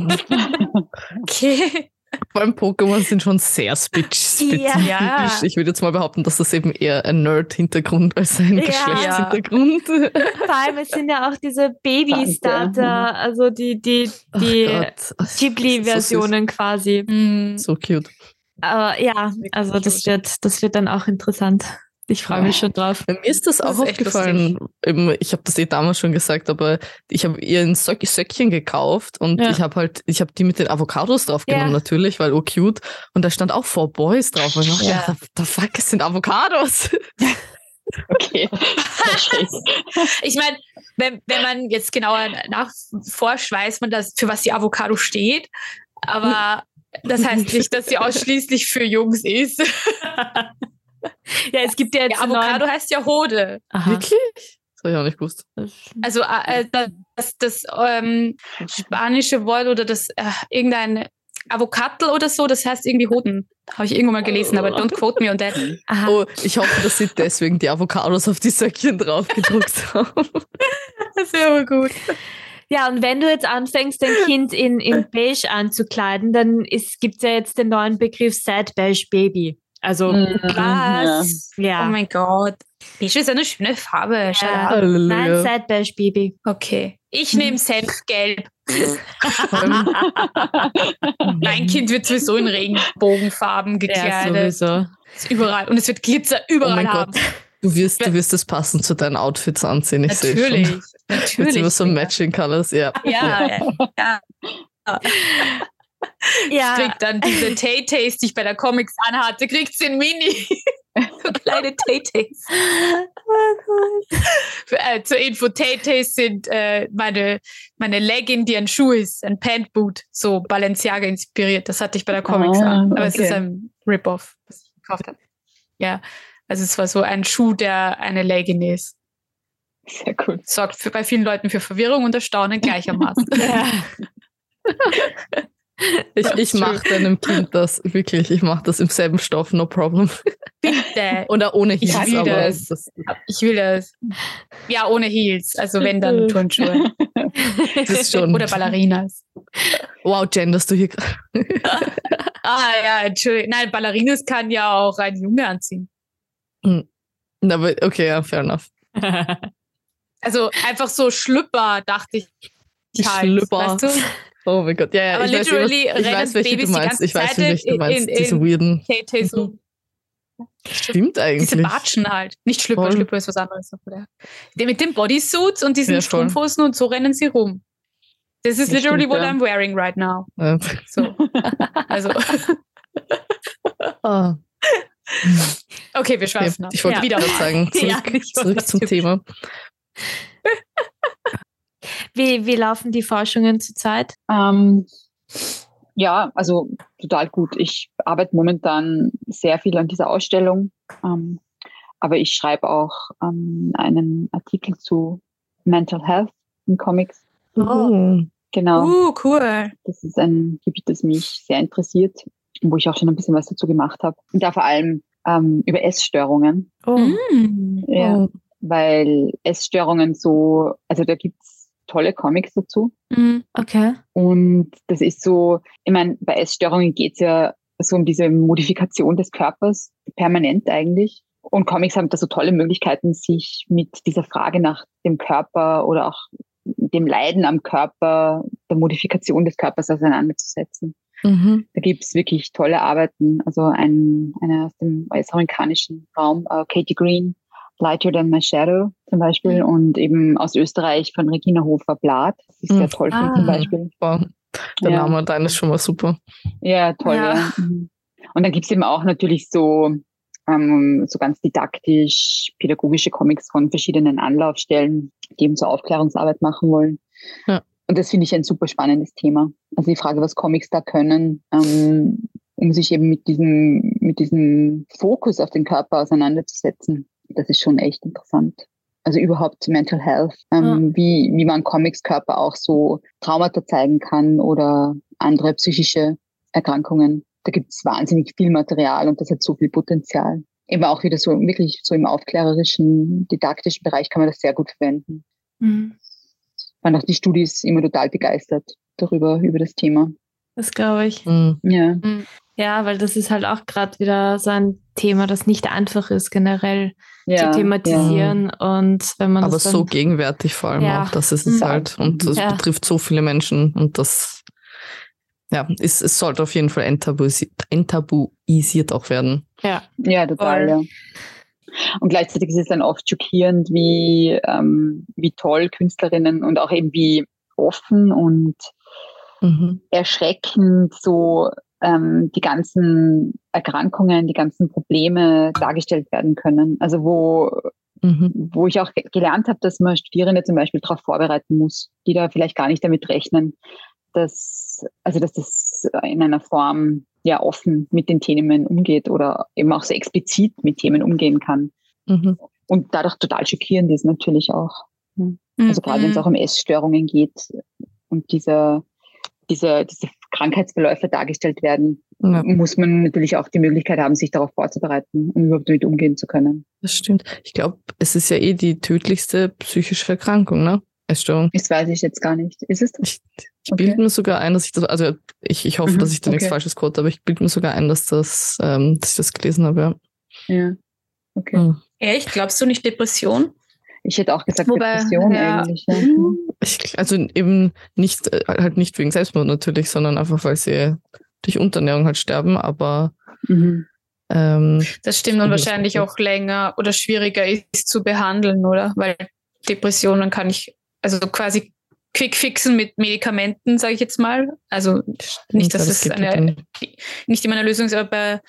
Okay. Vor allem Pokémon sind schon sehr spitz- spezifisch. Ja. Ich würde jetzt mal behaupten, dass das eben eher ein Nerd-Hintergrund als ein Ja. Geschlechtshintergrund. Vor allem, es sind ja auch diese Baby-Starter, also die, die, die Ach Gott, das Ghibli-Versionen quasi. Mhm. ist So, so cute. Aber ja, also das wird, das wird dann auch interessant. Ich freue mich schon drauf. Bei mir ist das, Das auch ist echt aufgefallen. Eben, ich habe das eh damals schon gesagt, aber ich habe ihr ein Söck Söckchen gekauft und Ja. ich habe halt, ich habe die mit den Avocados draufgenommen Ja. natürlich, weil oh cute. Und da stand auch Four Boys drauf. Und ich dachte, Ja. ja. the fuck, es sind Avocados. Okay. Verstehe. Ich meine, wenn, wenn man jetzt genauer nachforscht, weiß man, dass, für was die Avocado steht. Aber das heißt nicht, dass sie ausschließlich für Jungs ist. Ja, es gibt ja jetzt Ja, Avocado heißt ja Hode. Aha. Wirklich? Das habe ich auch nicht gewusst. Also äh, das, das ähm, spanische Wort oder das äh, irgendein Avocatl oder so, das heißt irgendwie Hoden. Habe ich irgendwo mal gelesen, aber don't quote me on that. Aha. Oh, ich hoffe, dass sie deswegen die Avocados auf die Söckchen drauf gedruckt haben. Das wäre aber gut. Ja, und wenn du jetzt anfängst, dein Kind in, in Beige anzukleiden, dann gibt es ja jetzt den neuen Begriff Sad Beige Baby. Also, Mhm, Was? ja. Oh mein Gott. Beige ist eine schöne Farbe. Shut Ja. up. Nein, Halleluja. Sad Beige Baby. Okay. Ich nehme Senfgelb. Mein Kind wird sowieso in Regenbogenfarben Ja, gekleidet. sowieso. Ist überall. Und es wird Glitzer Oh überall mein haben. Gott. Du wirst, du wirst es passend zu deinen Outfits anziehen. Ich sehe Natürlich. schon. Jetzt Natürlich. immer so Matching Colors, ja. Ja, ja. ja. Ja, Kriegt dann diese Tay-Tays, die ich bei der Comics anhatte, kriegt sie in Mini. So kleine Tay-Tays. Für, äh, zur Info, Tay-Tays sind äh, meine, meine Legging, die ein Schuh ist, ein Pantboot, so Balenciaga inspiriert. Das hatte ich bei der Comics Ah, an. Aber es okay. ist ein Rip-Off, was ich gekauft habe. Ja, also es war so ein Schuh, der eine Legging ist. Sehr cool. Sorgt für, bei vielen Leuten für Verwirrung und Erstaunen gleichermaßen. Ich, ich mache deinem Kind das, wirklich, ich mache das im selben Stoff, no problem. Bitte. Oder ohne Ich Heels, will aber das. das, Ich will das. Ja, ohne Heels. Also wenn dann Turnschuhe. das ist schon. Oder Ballerinas. Wow, genderst du hier gerade? Ah ja, Entschuldigung. Nein, Ballerinas kann ja auch ein Junge anziehen. Aber okay, ja, fair enough. Also einfach so Schlüpper, dachte ich. Halt, Schlüpper. Weißt du? Oh mein Gott, ja, ja, Aber ich weiß, literally ich, was, ich rennen weiß, welche Babys du die meinst. ganze Ich weiß, Zeit welche du in- meinst. in- Diese in- weirden. Tay-Tay so. Stimmt eigentlich. Diese Batschen halt. Nicht Schlüpper, Voll. Schlüpper ist was anderes. Aber die mit den Bodysuits und diesen Ja, voll. Strumpfhosen und so rennen sie rum. This is Das literally stimmt, what ja. I'm wearing right now. Ja. So. Also, Ah, okay, wir okay. schweifen ab. Ich wollte Ja. wieder Wieder sagen, zurück, Ja, ich zurück wollte zum das- Thema. Wie, wie laufen die Forschungen zurzeit? Ähm, ja, also total gut. Ich arbeite momentan sehr viel an dieser Ausstellung, ähm, aber ich schreibe auch ähm, einen Artikel zu Mental Health in Comics. Oh. Genau, Uh, cool. das ist ein Gebiet, das mich sehr interessiert, wo ich auch schon ein bisschen was dazu gemacht habe. Und da vor allem ähm, über Essstörungen. Oh. Mm. Ja, Oh. weil Essstörungen so, also da gibt's tolle Comics dazu. Mm. Okay. Und das ist so, ich meine, bei Essstörungen geht's ja so um diese Modifikation des Körpers, permanent eigentlich. Und Comics haben da so tolle Möglichkeiten, sich mit dieser Frage nach dem Körper oder auch dem Leiden am Körper, der Modifikation des Körpers auseinanderzusetzen. Mhm. Da gibt's wirklich tolle Arbeiten. Also ein, eine aus dem US-amerikanischen Raum, äh, Katie Green, Lighter Than My Shadow zum Beispiel und eben aus Österreich von Regina Hofer-Blatt. Das ist sehr toll ah. zum Beispiel. Wow. Der ja. Name dein ist schon mal super. Ja, toll. Ja. Ja. Und dann gibt es eben auch natürlich so, ähm, so ganz didaktisch pädagogische Comics von verschiedenen Anlaufstellen, die eben so Aufklärungsarbeit machen wollen. Ja. Und das finde ich ein super spannendes Thema. Also die Frage, was Comics da können, ähm, um sich eben mit diesem, mit diesem Fokus auf den Körper auseinanderzusetzen. Das ist schon echt interessant. Also überhaupt Mental Health, ähm, ja. wie, wie man Comics Körper auch so Traumata zeigen kann oder andere psychische Erkrankungen. Da gibt es wahnsinnig viel Material und das hat so viel Potenzial. Eben auch wieder so wirklich so im aufklärerischen, didaktischen Bereich kann man das sehr gut verwenden. Mhm. Waren auch die Studis immer total begeistert darüber, über das Thema. Das glaube ich. Mhm. Ja. Mhm. Ja, weil das ist halt auch gerade wieder so ein Thema, das nicht einfach ist, generell ja, zu thematisieren. Ja. Und wenn man Aber das dann, so gegenwärtig vor allem ja. auch, das ist es mhm. halt. Und das ja. betrifft so viele Menschen. Und das, ja, ist, es sollte auf jeden Fall enttabuisiert, enttabuisiert auch werden. Ja, ja total, ja. Und gleichzeitig ist es dann oft schockierend, wie, ähm, wie toll Künstlerinnen und auch eben wie offen und mhm. erschreckend so ähm, die ganzen Erkrankungen, die ganzen Probleme dargestellt werden können. Also wo, mhm. wo ich auch gelernt habe, dass man Studierende zum Beispiel darauf vorbereiten muss, die da vielleicht gar nicht damit rechnen, dass, also dass das in einer Form ja offen mit den Themen umgeht oder eben auch so explizit mit Themen umgehen kann. Mhm. Und dadurch total schockierend ist natürlich auch. Mhm. Also gerade wenn es auch um Essstörungen geht und diese, diese, diese Krankheitsverläufe dargestellt werden, ja. muss man natürlich auch die Möglichkeit haben, sich darauf vorzubereiten, um überhaupt damit umgehen zu können. Das stimmt. Ich glaube, es ist ja eh die tödlichste psychische Erkrankung, ne? Essstörung. Das weiß ich jetzt gar nicht. Ist es das? Ich, ich okay. bilde mir sogar ein, dass ich das, also ich, ich hoffe, mhm, dass ich da okay. nichts Falsches quote, aber ich bilde mir sogar ein, dass das, ähm, dass ich das gelesen habe, ja. Ja, okay. Mhm. Echt? Glaubst du nicht Depression? Ich hätte auch gesagt Wobei, Depression ja. eigentlich. Ja. Ich, also eben nicht, halt nicht wegen Selbstmord natürlich, sondern einfach, weil sie durch Unterernährung halt sterben, aber mhm. ähm, das stimmt und wahrscheinlich auch länger oder schwieriger ist zu behandeln, oder? Weil Depressionen kann ich also quasi quick fixen mit Medikamenten, sage ich jetzt mal. Also nicht, dass es eine, nicht immer eine Lösung ist, aber bei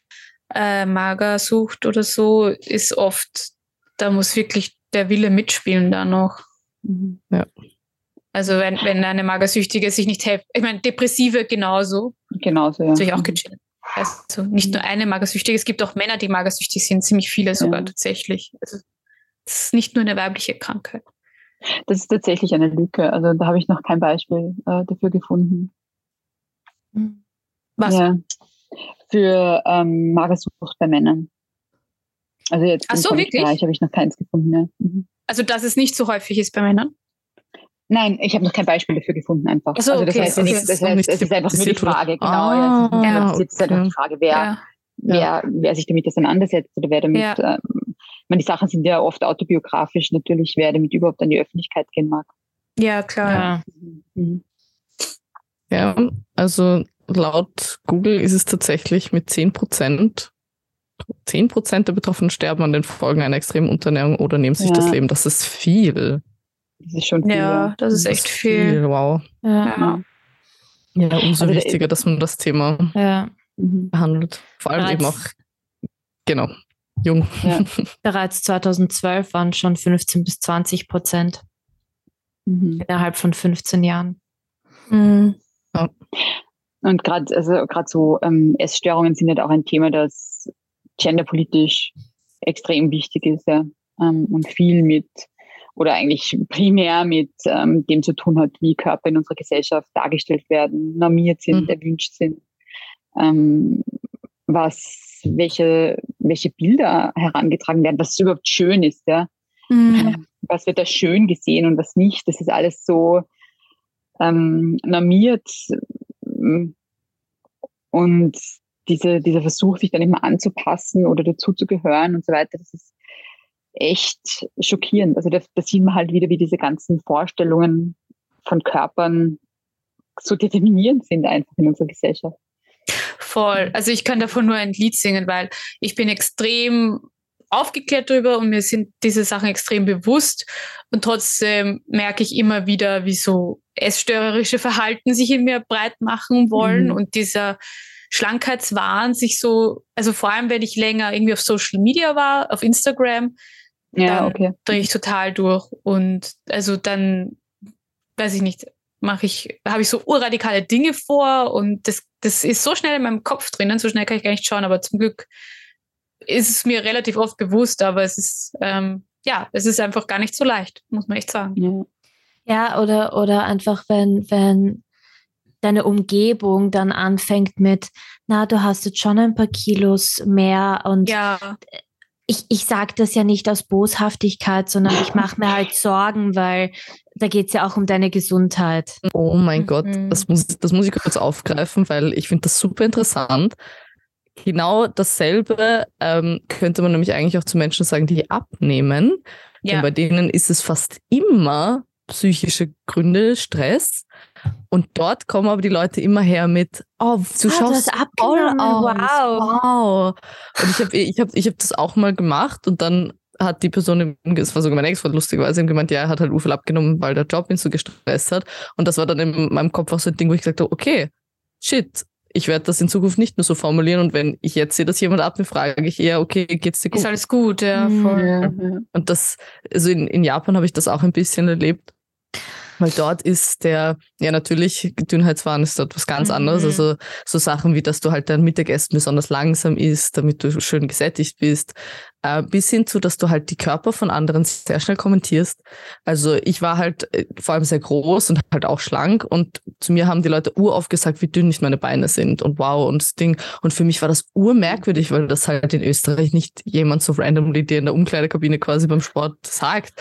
äh, Magersucht oder so ist oft, da muss wirklich der Wille mitspielen da noch. Mhm. Ja. Also wenn, wenn eine Magersüchtige sich nicht hilft. Ich meine, Depressive genauso. Genauso, ja. Natürlich auch gechillt. Also nicht nur eine Magersüchtige, es gibt auch Männer, die magersüchtig sind, ziemlich viele sogar ja. tatsächlich. Also es ist nicht nur eine weibliche Krankheit. Das ist tatsächlich eine Lücke. Also da habe ich noch kein Beispiel äh, dafür gefunden. Was? Ja. Für ähm, Magersucht bei Männern. Also jetzt Ach so, im wirklich? Bereich habe ich noch keins gefunden. Ja. Mhm. Also dass es nicht so häufig ist bei Männern? Nein, ich habe noch kein Beispiel dafür gefunden einfach. Ach so, also das okay, heißt ja okay. nichts, das heißt, es ist einfach nur die Frage, genau. Ah, ja, es ist, es ist einfach die Frage, wer, ja. wer, wer sich damit auseinandersetzt oder wer damit, ja. ähm, ich meine, die Sachen sind ja oft autobiografisch natürlich, wer damit überhaupt an die Öffentlichkeit gehen mag. Ja, klar. Ja, mhm. ja also laut Google ist es tatsächlich mit zehn Prozent zehn Prozent der Betroffenen sterben an den Folgen einer extremen Unterernährung oder nehmen sich ja. das Leben. Das ist viel. Das ist schon viel. Ja, das ist das echt ist viel. viel. Wow. Ja, ja umso also wichtiger, dass man das Thema ja. behandelt. Vor allem Bereits, eben auch, genau, jung. Ja. Bereits zweitausendzwölf waren schon fünfzehn bis zwanzig Prozent mhm. innerhalb von fünfzehn Jahren. Mhm. Ja. Und gerade also gerade so ähm, Essstörungen sind halt auch ein Thema, das genderpolitisch extrem wichtig ist, ja, ähm, und viel mit oder eigentlich primär mit ähm, dem zu tun hat, wie Körper in unserer Gesellschaft dargestellt werden, normiert sind, mhm. erwünscht sind, ähm, was welche welche Bilder herangetragen werden, was überhaupt schön ist, ja, mhm. was wird da schön gesehen und was nicht, das ist alles so ähm, normiert. Und diese, dieser Versuch, sich dann immer anzupassen oder dazuzugehören und so weiter, das ist echt schockierend. Also da, da sieht man halt wieder, wie diese ganzen Vorstellungen von Körpern so determinierend sind einfach in unserer Gesellschaft. Voll. Also ich kann davon nur ein Lied singen, weil ich bin extrem aufgeklärt drüber und mir sind diese Sachen extrem bewusst. Und trotzdem merke ich immer wieder, wie so essstörrische Verhalten sich in mir breit machen wollen mhm. und dieser Schlankheitswahn sich so, also vor allem, wenn ich länger irgendwie auf Social Media war, auf Instagram, ja, dann okay. drehe ich total durch. Und also dann, weiß ich nicht, mache ich, habe ich so urradikale Dinge vor und das, das ist so schnell in meinem Kopf drinnen, so schnell kann ich gar nicht schauen, aber zum Glück ist es mir relativ oft bewusst, aber es ist, ähm, ja, es ist einfach gar nicht so leicht, muss man echt sagen. Ja, ja oder, oder einfach, wenn, wenn deine Umgebung dann anfängt mit, na, du hast jetzt schon ein paar Kilos mehr und ja. ich, ich sage das ja nicht aus Boshaftigkeit, sondern ich mache mir halt Sorgen, weil da geht es ja auch um deine Gesundheit. Oh mein mhm. Gott, das muss, das muss ich kurz aufgreifen, weil ich finde das super interessant. Genau dasselbe ähm, könnte man nämlich eigentlich auch zu Menschen sagen, die abnehmen. Ja. Denn bei denen ist es fast immer psychische Gründe, Stress. Und dort kommen aber die Leute immer her mit, oh, du ah, schaust du voll aus. Wow. wow. Und ich habe ich hab, ich hab das auch mal gemacht und dann hat die Person, das war sogar mein Ex-Freund lustigerweise, gemeint, ja, er hat halt urviel abgenommen, weil der Job ihn so gestresst hat. Und das war dann in meinem Kopf auch so ein Ding, wo ich gesagt habe, okay, shit, ich werde das in Zukunft nicht mehr so formulieren und wenn ich jetzt sehe, dass jemand abnimmt, frage ich eher, okay, geht's dir gut? Ist alles gut, ja, voll. Ja, ja. Und das, also in, in Japan habe ich das auch ein bisschen erlebt. Weil dort ist der, ja natürlich, Dünnheitswahn ist dort was ganz Mhm. anderes. Also so Sachen wie, dass du halt dein Mittagessen besonders langsam isst, damit du schön gesättigt bist. Äh, bis hin zu, dass du halt die Körper von anderen sehr schnell kommentierst. Also ich war halt äh, vor allem sehr groß und halt auch schlank und zu mir haben die Leute uroft gesagt, wie dünn nicht meine Beine sind und wow und das Ding. Und für mich war das urmerkwürdig, weil das halt in Österreich nicht jemand so randomly dir in der Umkleidekabine quasi beim Sport sagt.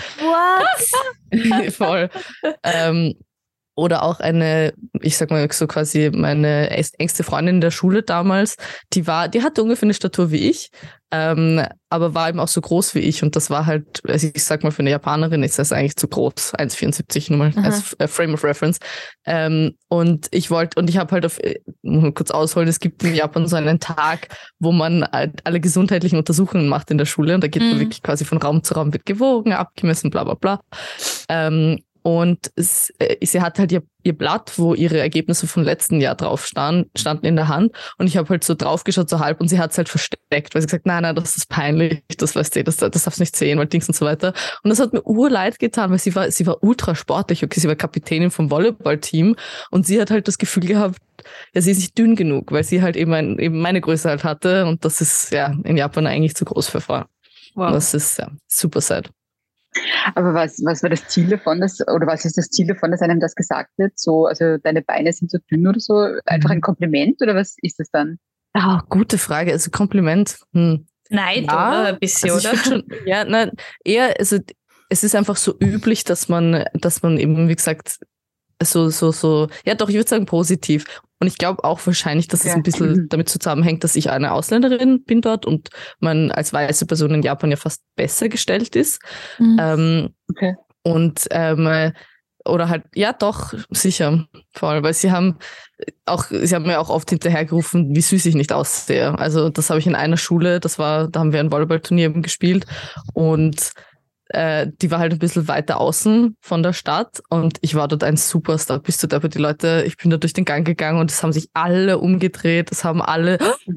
What? Voll. ähm, oder auch eine, ich sag mal so quasi meine engste Freundin in der Schule damals, die war, die hatte ungefähr eine Statur wie ich, ähm, aber war eben auch so groß wie ich und das war halt, also ich sag mal für eine Japanerin ist das eigentlich zu groß, eins Komma vierundsiebzig nur mal als äh, Frame of Reference. Ähm, und ich wollte, und ich habe halt auf, muss mal kurz ausholen, es gibt in Japan so einen Tag, wo man halt alle gesundheitlichen Untersuchungen macht in der Schule und da geht man Mhm. wirklich quasi von Raum zu Raum, wird gewogen, abgemessen, bla bla bla. Ähm, Und es, äh, sie hat halt ihr, ihr Blatt, wo ihre Ergebnisse vom letzten Jahr drauf stand, standen in der Hand. Und ich habe halt so draufgeschaut, so halb, und sie hat es halt versteckt, weil sie gesagt, nein, nein, das ist peinlich, das weißt du, das, das darfst du nicht sehen, weil Dings und so weiter. Und das hat mir urleid getan, weil sie war, sie war ultra sportlich, okay, sie war Kapitänin vom Volleyballteam und sie hat halt das Gefühl gehabt, ja, sie ist nicht dünn genug, weil sie halt eben, ein, eben meine Größe halt hatte und das ist ja in Japan eigentlich zu groß für Frauen. Wow. Und das ist ja super sad. Aber was, was war das Ziel davon, dass, oder was ist das Ziel davon, dass einem das gesagt wird? So, also deine Beine sind so dünn oder so? Einfach ein Kompliment oder was ist das dann? Ah, gute Frage. Also Kompliment. Hm. Neid, Ja, oder? Ein bisschen, Also ich oder? find schon, ja, nein, eher, also es ist einfach so üblich, dass man, dass man eben, wie gesagt, so, so, so, ja doch, ich würde sagen positiv. Und ich glaube auch wahrscheinlich, dass es Ja. ein bisschen damit zusammenhängt, dass ich eine Ausländerin bin dort und man als weiße Person in Japan ja fast besser gestellt ist. Mhm. Ähm, Okay. und ähm, oder halt, ja doch, sicher, voll, weil sie haben auch, sie haben mir auch oft hinterhergerufen, wie süß ich nicht aussehe. Also das habe ich in einer Schule, das war, da haben wir ein Volleyballturnier eben gespielt und äh, die war halt ein bisschen weiter außen von der Stadt und ich war dort ein Superstar. Bist du da, die Leute, ich bin da durch den Gang gegangen und es haben sich alle umgedreht, es haben alle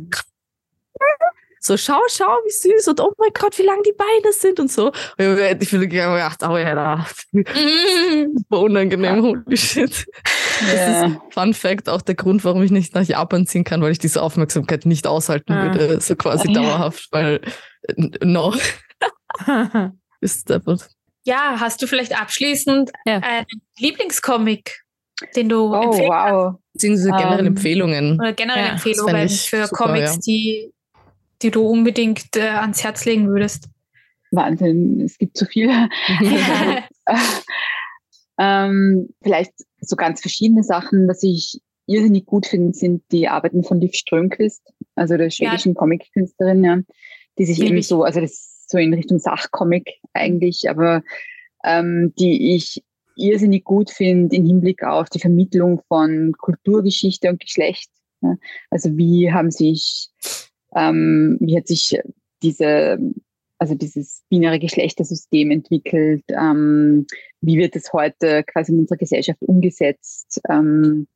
so, schau, schau, wie süß und oh mein Gott, wie lang die Beine sind und so. Und ich bin gegangen und gedacht, oh ja, da, super unangenehm, holy shit. Ja. Das ist, Fun Fact, auch der Grund, warum ich nicht nach Japan ziehen kann, weil ich diese Aufmerksamkeit nicht aushalten Ah. würde, so quasi Ja. dauerhaft, weil, äh, no, ist deppert. Ja, hast du vielleicht abschließend Ja. einen Lieblingscomic, den du Oh, empfehlen wow. Beziehungsweise generell Ähm, Empfehlungen. oder generell Ja, das Empfehlungen fänd ich für super, Comics, ja. die, die du unbedingt äh, ans Herz legen würdest? Wahnsinn, es gibt so viele. ähm, vielleicht so ganz verschiedene Sachen, was ich irrsinnig gut finde, sind die Arbeiten von Liv Strömquist, also der schwedischen Comic-Künstlerin, ja, die sich Lieb eben ich. so, also das ist so in Richtung Sachcomic eigentlich, aber ähm, die ich irrsinnig gut finde im Hinblick auf die Vermittlung von Kulturgeschichte und Geschlecht. Ja. Also wie haben sich, ähm, wie hat sich diese also dieses binäre Geschlechtersystem entwickelt, ähm, wie wird es heute quasi in unserer Gesellschaft umgesetzt, ähm,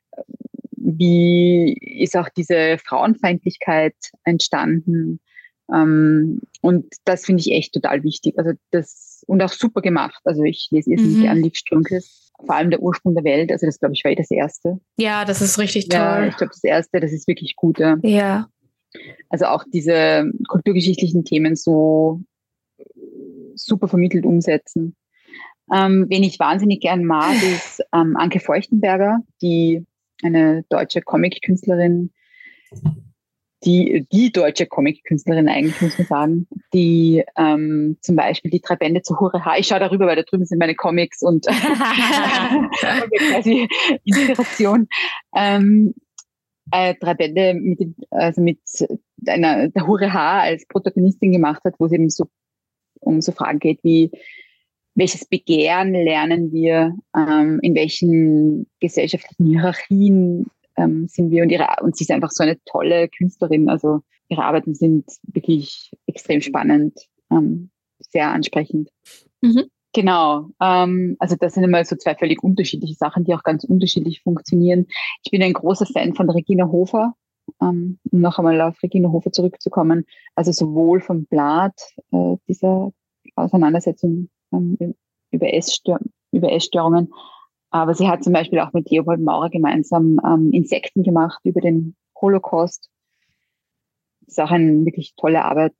wie ist auch diese Frauenfeindlichkeit entstanden, ähm, und das finde ich echt total wichtig, also das, und auch super gemacht, also ich lese irrsinnig Mhm. gern Liv Strunckes, vor allem Der Ursprung der Welt, also das glaube ich war eh das erste. Ja, das ist richtig Ja, toll. ich glaube das erste, das ist wirklich gut, ja. Ja. Also auch diese kulturgeschichtlichen Themen so super vermittelt umsetzen. Ähm, wen ich wahnsinnig gern mag, ist ähm, Anke Feuchtenberger, die eine deutsche Comic-Künstlerin, die, die deutsche Comic-Künstlerin eigentlich, muss man sagen, die ähm, zum Beispiel die drei Bände zu Hure Ha, ich schaue darüber, weil da drüben sind meine Comics und quasi Inspiration. Ähm, äh, drei Bände mit, dem, also mit einer, der Hure Ha als Protagonistin gemacht hat, wo es eben so um so Fragen geht wie, welches Begehren lernen wir, ähm, in welchen gesellschaftlichen Hierarchien ähm, sind wir, und ihre, und sie ist einfach so eine tolle Künstlerin, also ihre Arbeiten sind wirklich extrem spannend, ähm, sehr ansprechend. Mhm. Genau, ähm, also das sind immer so zwei völlig unterschiedliche Sachen, die auch ganz unterschiedlich funktionieren. Ich bin ein großer Fan von Regina Hofer, ähm, um noch einmal auf Regina Hofer zurückzukommen, also sowohl vom Blatt äh, dieser Auseinandersetzung ähm, über, Essstör über Essstörungen, aber sie hat zum Beispiel auch mit Leopold Maurer gemeinsam ähm, Insekten gemacht über den Holocaust. Das ist auch eine wirklich tolle Arbeit.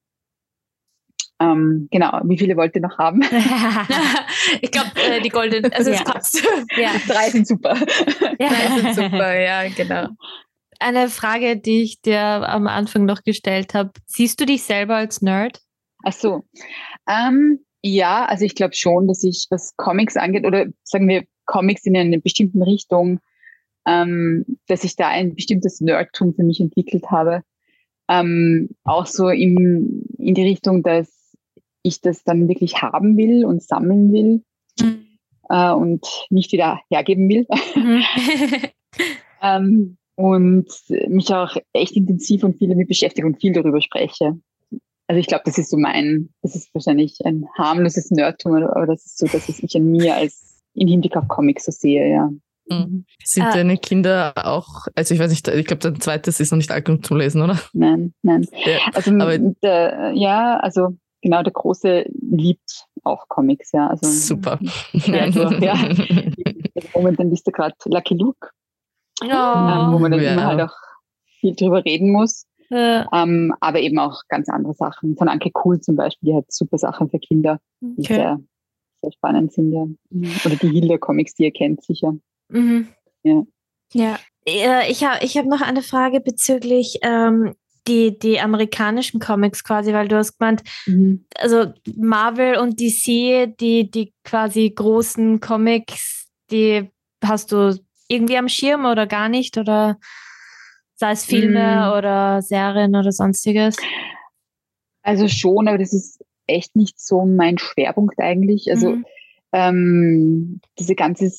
Ähm, genau, wie viele wollt ihr noch haben? Ich glaube, äh, die goldenen, also es Ja. passt. Ja. Drei sind super. Drei sind super, ja, genau. Eine Frage, die ich dir am Anfang noch gestellt habe. Siehst du dich selber als Nerd? Ach so. Ähm, ja, also ich glaube schon, dass ich, was Comics angeht, oder sagen wir Comics in einer bestimmten Richtung, ähm, dass ich da ein bestimmtes Nerdtum für mich entwickelt habe. Ähm, auch so im, in die Richtung, dass ich das dann wirklich haben will und sammeln will, Mhm. äh, und nicht wieder hergeben will. Mhm. ähm, und mich auch echt intensiv und viel damit beschäftige und viel darüber spreche. Also ich glaube, das ist so mein, das ist wahrscheinlich ein harmloses Nerdtum, aber das ist so, dass ich an mir als in Hinblick auf Comics so sehe, ja. Mhm. Sind Ah. deine Kinder auch, also ich weiß nicht, ich glaube, dein zweites ist noch nicht alt genug zum Lesen, oder? Nein, nein. Ja, Also aber der, ja, also genau, der Große liebt auch Comics, ja. Also super. ja, durch, ja. Also momentan liest er gerade Lucky Luke, Oh. ähm, wo man dann Ja. immer halt auch viel drüber reden muss. Äh, Ähm, aber eben auch ganz andere Sachen. Von Anke Kuhl zum Beispiel, die hat super Sachen für Kinder, die Okay. sehr, sehr spannend sind, ja. Oder die Hilda-Comics, die ihr kennt sicher. Mhm. Ja. Ja. Äh, Ich habe ich hab noch eine Frage bezüglich ähm, die, die amerikanischen Comics quasi, weil du hast gemeint, Mhm. also Marvel und D C, die, die quasi großen Comics, die hast du irgendwie am Schirm oder gar nicht? Oder sei es Filme Mm. oder Serien oder sonstiges? Also schon, aber das ist echt nicht so mein Schwerpunkt eigentlich. Also Mhm. ähm, diese ganze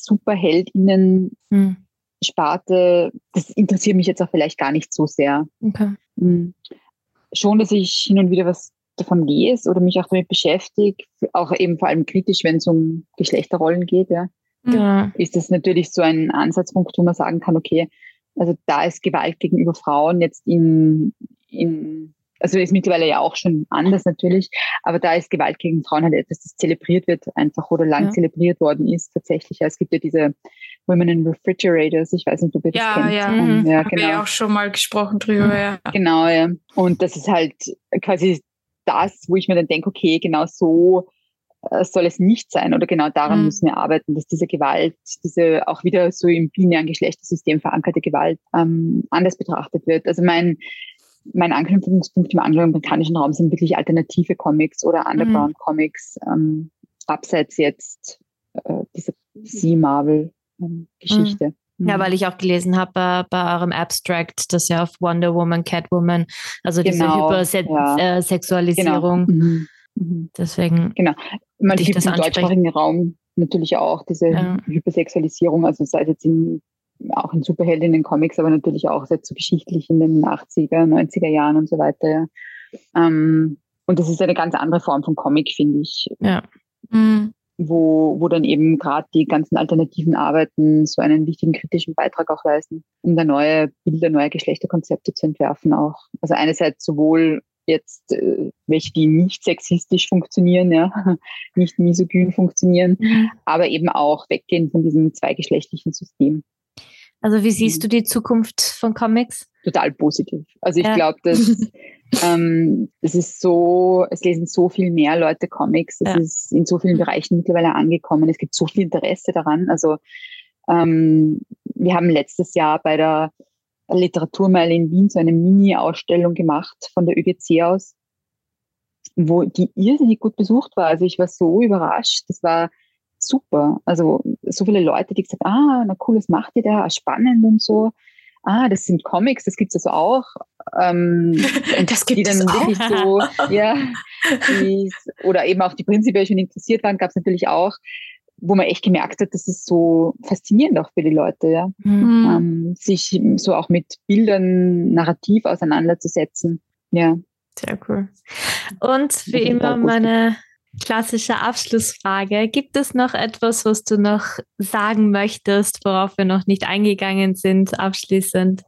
Superheldinnen-Sparte, Mhm. das interessiert mich jetzt auch vielleicht gar nicht so sehr. Okay. Mhm. Schon, dass ich hin und wieder was davon lese oder mich auch damit beschäftige, auch eben vor allem kritisch, wenn es um Geschlechterrollen geht, ja, Genau. ist das natürlich so ein Ansatzpunkt, wo man sagen kann, okay, also da ist Gewalt gegenüber Frauen jetzt in, in also ist mittlerweile ja auch schon anders natürlich, aber da ist Gewalt gegen Frauen halt etwas, das zelebriert wird einfach oder lang Ja. zelebriert worden ist tatsächlich. Es gibt ja diese Women in Refrigerators, ich weiß nicht, ob ihr das Ja, kennt. ja. Ähm, ja, Haben wir ja auch schon mal gesprochen drüber, ja. Genau, ja. Und das ist halt quasi das, wo ich mir dann denke, okay, genau so äh, soll es nicht sein oder genau daran Mhm. müssen wir arbeiten, dass diese Gewalt, diese auch wieder so im binären Geschlechtersystem verankerte Gewalt ähm, anders betrachtet wird. Also mein mein Anknüpfungspunkt im angloamerikanischen Raum sind wirklich alternative Comics oder Underground-Comics, ähm, abseits jetzt äh, dieser D C-Marvel-Geschichte. Ja, weil ich auch gelesen habe bei, bei eurem Abstract, dass ja auf Wonder Woman, Catwoman, also diese Genau, ja. Hypersexualisierung. Genau. Mhm. Mhm. Deswegen Genau. Man dich gibt das im ansprechen. deutschsprachigen Raum natürlich auch diese Ja. Hypersexualisierung, also sei es jetzt in, auch in Superheldinnen-Comics, aber natürlich auch jetzt so geschichtlich in den achtziger, neunziger Jahren und so weiter. Ja. Ähm, und das ist eine ganz andere Form von Comic, finde ich. Ja. Mhm. Wo, wo dann eben gerade die ganzen alternativen Arbeiten so einen wichtigen kritischen Beitrag auch leisten, um da neue Bilder, neue Geschlechterkonzepte zu entwerfen auch. Also einerseits sowohl jetzt äh, welche, die nicht sexistisch funktionieren, ja, nicht misogyn funktionieren, mhm. aber eben auch weggehen von diesem zweigeschlechtlichen System. Also wie siehst du die Zukunft von Comics? Total positiv. Also ich ja. glaube, dass ähm, es ist so, es lesen so viel mehr Leute Comics, es ja. ist in so vielen Bereichen mittlerweile angekommen, es gibt so viel Interesse daran. Also ähm, wir haben letztes Jahr bei der Literaturmeile in Wien so eine Mini-Ausstellung gemacht von der Ö G C aus, wo die irrsinnig gut besucht war. Also ich war so überrascht, das war super. Also so viele Leute, die gesagt haben, ah, na cool, was macht ihr da? Spannend und so. Ah, das sind Comics, das gibt's also auch. Ähm, das gibt die dann es wirklich auch. so, ja, die, oder eben auch die prinzipiell schon interessiert waren, gab's natürlich auch, wo man echt gemerkt hat, das ist so faszinierend auch für die Leute, ja, mhm. ähm, sich so auch mit Bildern narrativ auseinanderzusetzen. Ja. Sehr cool. Und wie immer meine klassische Abschlussfrage. Gibt es noch etwas, was du noch sagen möchtest, worauf wir noch nicht eingegangen sind, abschließend?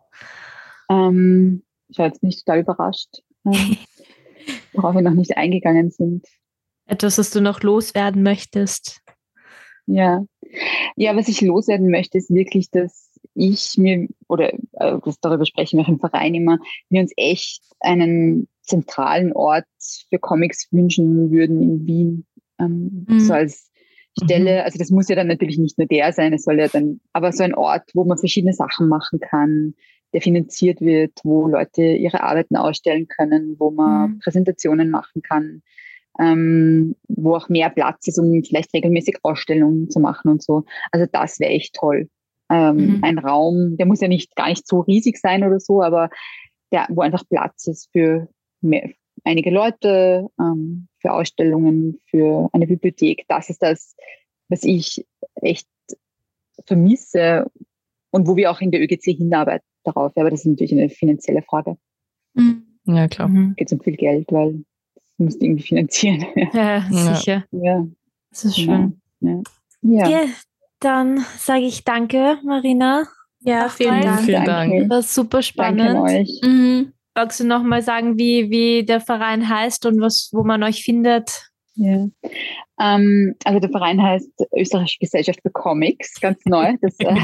Ähm, ich war jetzt nicht total überrascht, ähm, worauf wir noch nicht eingegangen sind. Etwas, was du noch loswerden möchtest? Ja. Ja, was ich loswerden möchte, ist wirklich, dass ich mir, oder äh, das, darüber sprechen wir auch im Verein immer, wir uns echt einen zentralen Ort für Comics wünschen würden in Wien. Ähm, mhm. So als Stelle, also das muss ja dann natürlich nicht nur der sein, es soll ja dann, aber so ein Ort, wo man verschiedene Sachen machen kann, der finanziert wird, wo Leute ihre Arbeiten ausstellen können, wo man mhm. Präsentationen machen kann, ähm, wo auch mehr Platz ist, um vielleicht regelmäßig Ausstellungen zu machen und so. Also das wäre echt toll. Ähm, mhm. Ein Raum, der muss ja nicht gar nicht so riesig sein oder so, aber der, wo einfach Platz ist für mehr, einige Leute, ähm, für Ausstellungen, für eine Bibliothek. Das ist das, was ich echt vermisse und wo wir auch in der Ö G C hinarbeiten darauf. Aber das ist natürlich eine finanzielle Frage. Ja, klar. Mhm. Geht es um viel Geld, weil das musst du irgendwie finanzieren. Ja, sicher. Ja. Das ist schön. Ja. Ja. Ja, dann sage ich danke, Marina. Ja, vielen Dank. Dank. Vielen Dank. Das war super spannend. Danke an euch. Mhm. Magst du noch mal sagen, wie, wie der Verein heißt und was, wo man euch findet? Ja. Ähm, also der Verein heißt Österreichische Gesellschaft für Comics, ganz neu. Das, äh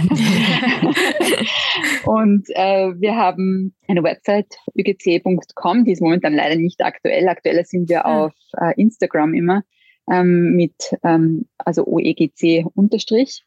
und äh, wir haben eine Website, ö g c punkt com, die ist momentan leider nicht aktuell. Aktueller sind wir ah. auf äh, Instagram immer ähm, mit ähm, also O E G C unterstrich.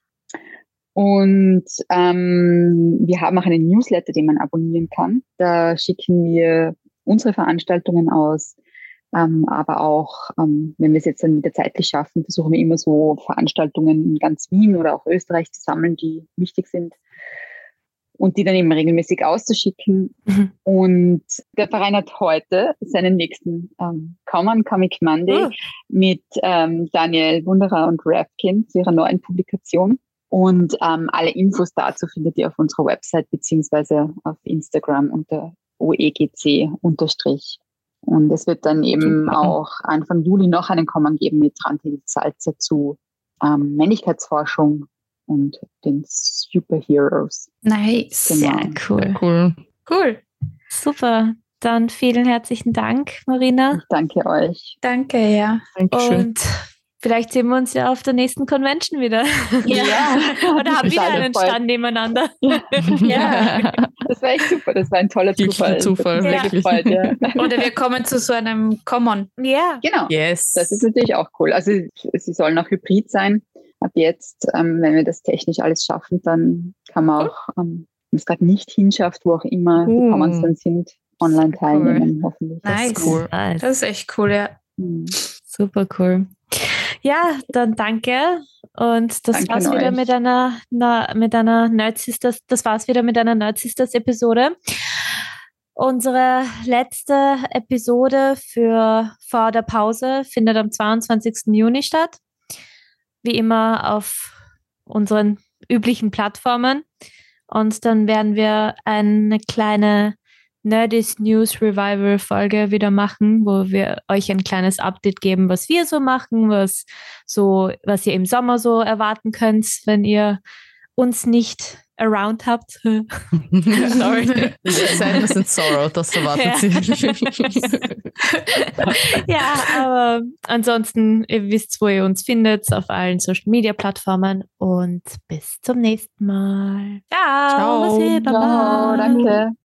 Und ähm, wir haben auch einen Newsletter, den man abonnieren kann. Da schicken wir unsere Veranstaltungen aus, ähm, aber auch, ähm, wenn wir es jetzt dann wieder zeitlich schaffen, versuchen wir immer so Veranstaltungen in ganz Wien oder auch Österreich zu sammeln, die wichtig sind und die dann eben regelmäßig auszuschicken. Mhm. Und der Verein hat heute seinen nächsten ähm, Common Comic Monday oh. mit ähm, Daniel Wunderer und Rapkin zu ihrer neuen Publikation. Und ähm, alle Infos dazu findet ihr auf unserer Website beziehungsweise auf Instagram unter O E G C unterstrich. Und es wird dann eben Super. auch Anfang Juli noch einen Common geben mit Ranhild Salzer zu ähm, Männlichkeitsforschung und den Superheroes. Nice. Genau. Sehr cool. Cool. Cool. Super. Dann vielen herzlichen Dank, Marina. Ich danke euch. Danke, ja. Dankeschön. Und vielleicht sehen wir uns ja auf der nächsten Convention wieder. Ja. Oder haben wieder einen Stand nebeneinander. Ja. Das war echt super. Das war ein toller Zufall. Zufall. Ja. Gefreut, ja. Oder wir kommen zu so einem Common. Ja. Genau. Yes. Das ist natürlich auch cool. Also sie sollen auch hybrid sein. Ab jetzt, ähm, wenn wir das technisch alles schaffen, dann kann man auch, ähm, wenn es gerade nicht hinschafft, wo auch immer uh. die Commons dann sind, online teilnehmen, cool. Hoffentlich. Nice. Das ist cool. Das ist echt cool, ja. Mhm. Super cool. Ja, dann danke. Und das danke war's wieder euch. mit einer, na, mit einer Nerd Sisters, das war's wieder mit einer Nerd Sisters Episode. Unsere letzte Episode für vor der Pause findet am zweiundzwanzigsten Juni statt. Wie immer auf unseren üblichen Plattformen. Und dann werden wir eine kleine Nerdist News Revival Folge wieder machen, wo wir euch ein kleines Update geben, was wir so machen, was so, was ihr im Sommer so erwarten könnt, wenn ihr uns nicht around habt. Sorry. Sadness and Sorrow, das erwartet sie. Ja, aber ansonsten, ihr wisst, wo ihr uns findet, auf allen Social Media Plattformen und bis zum nächsten Mal. Ciao. Ciao. Baba. Ciao, danke.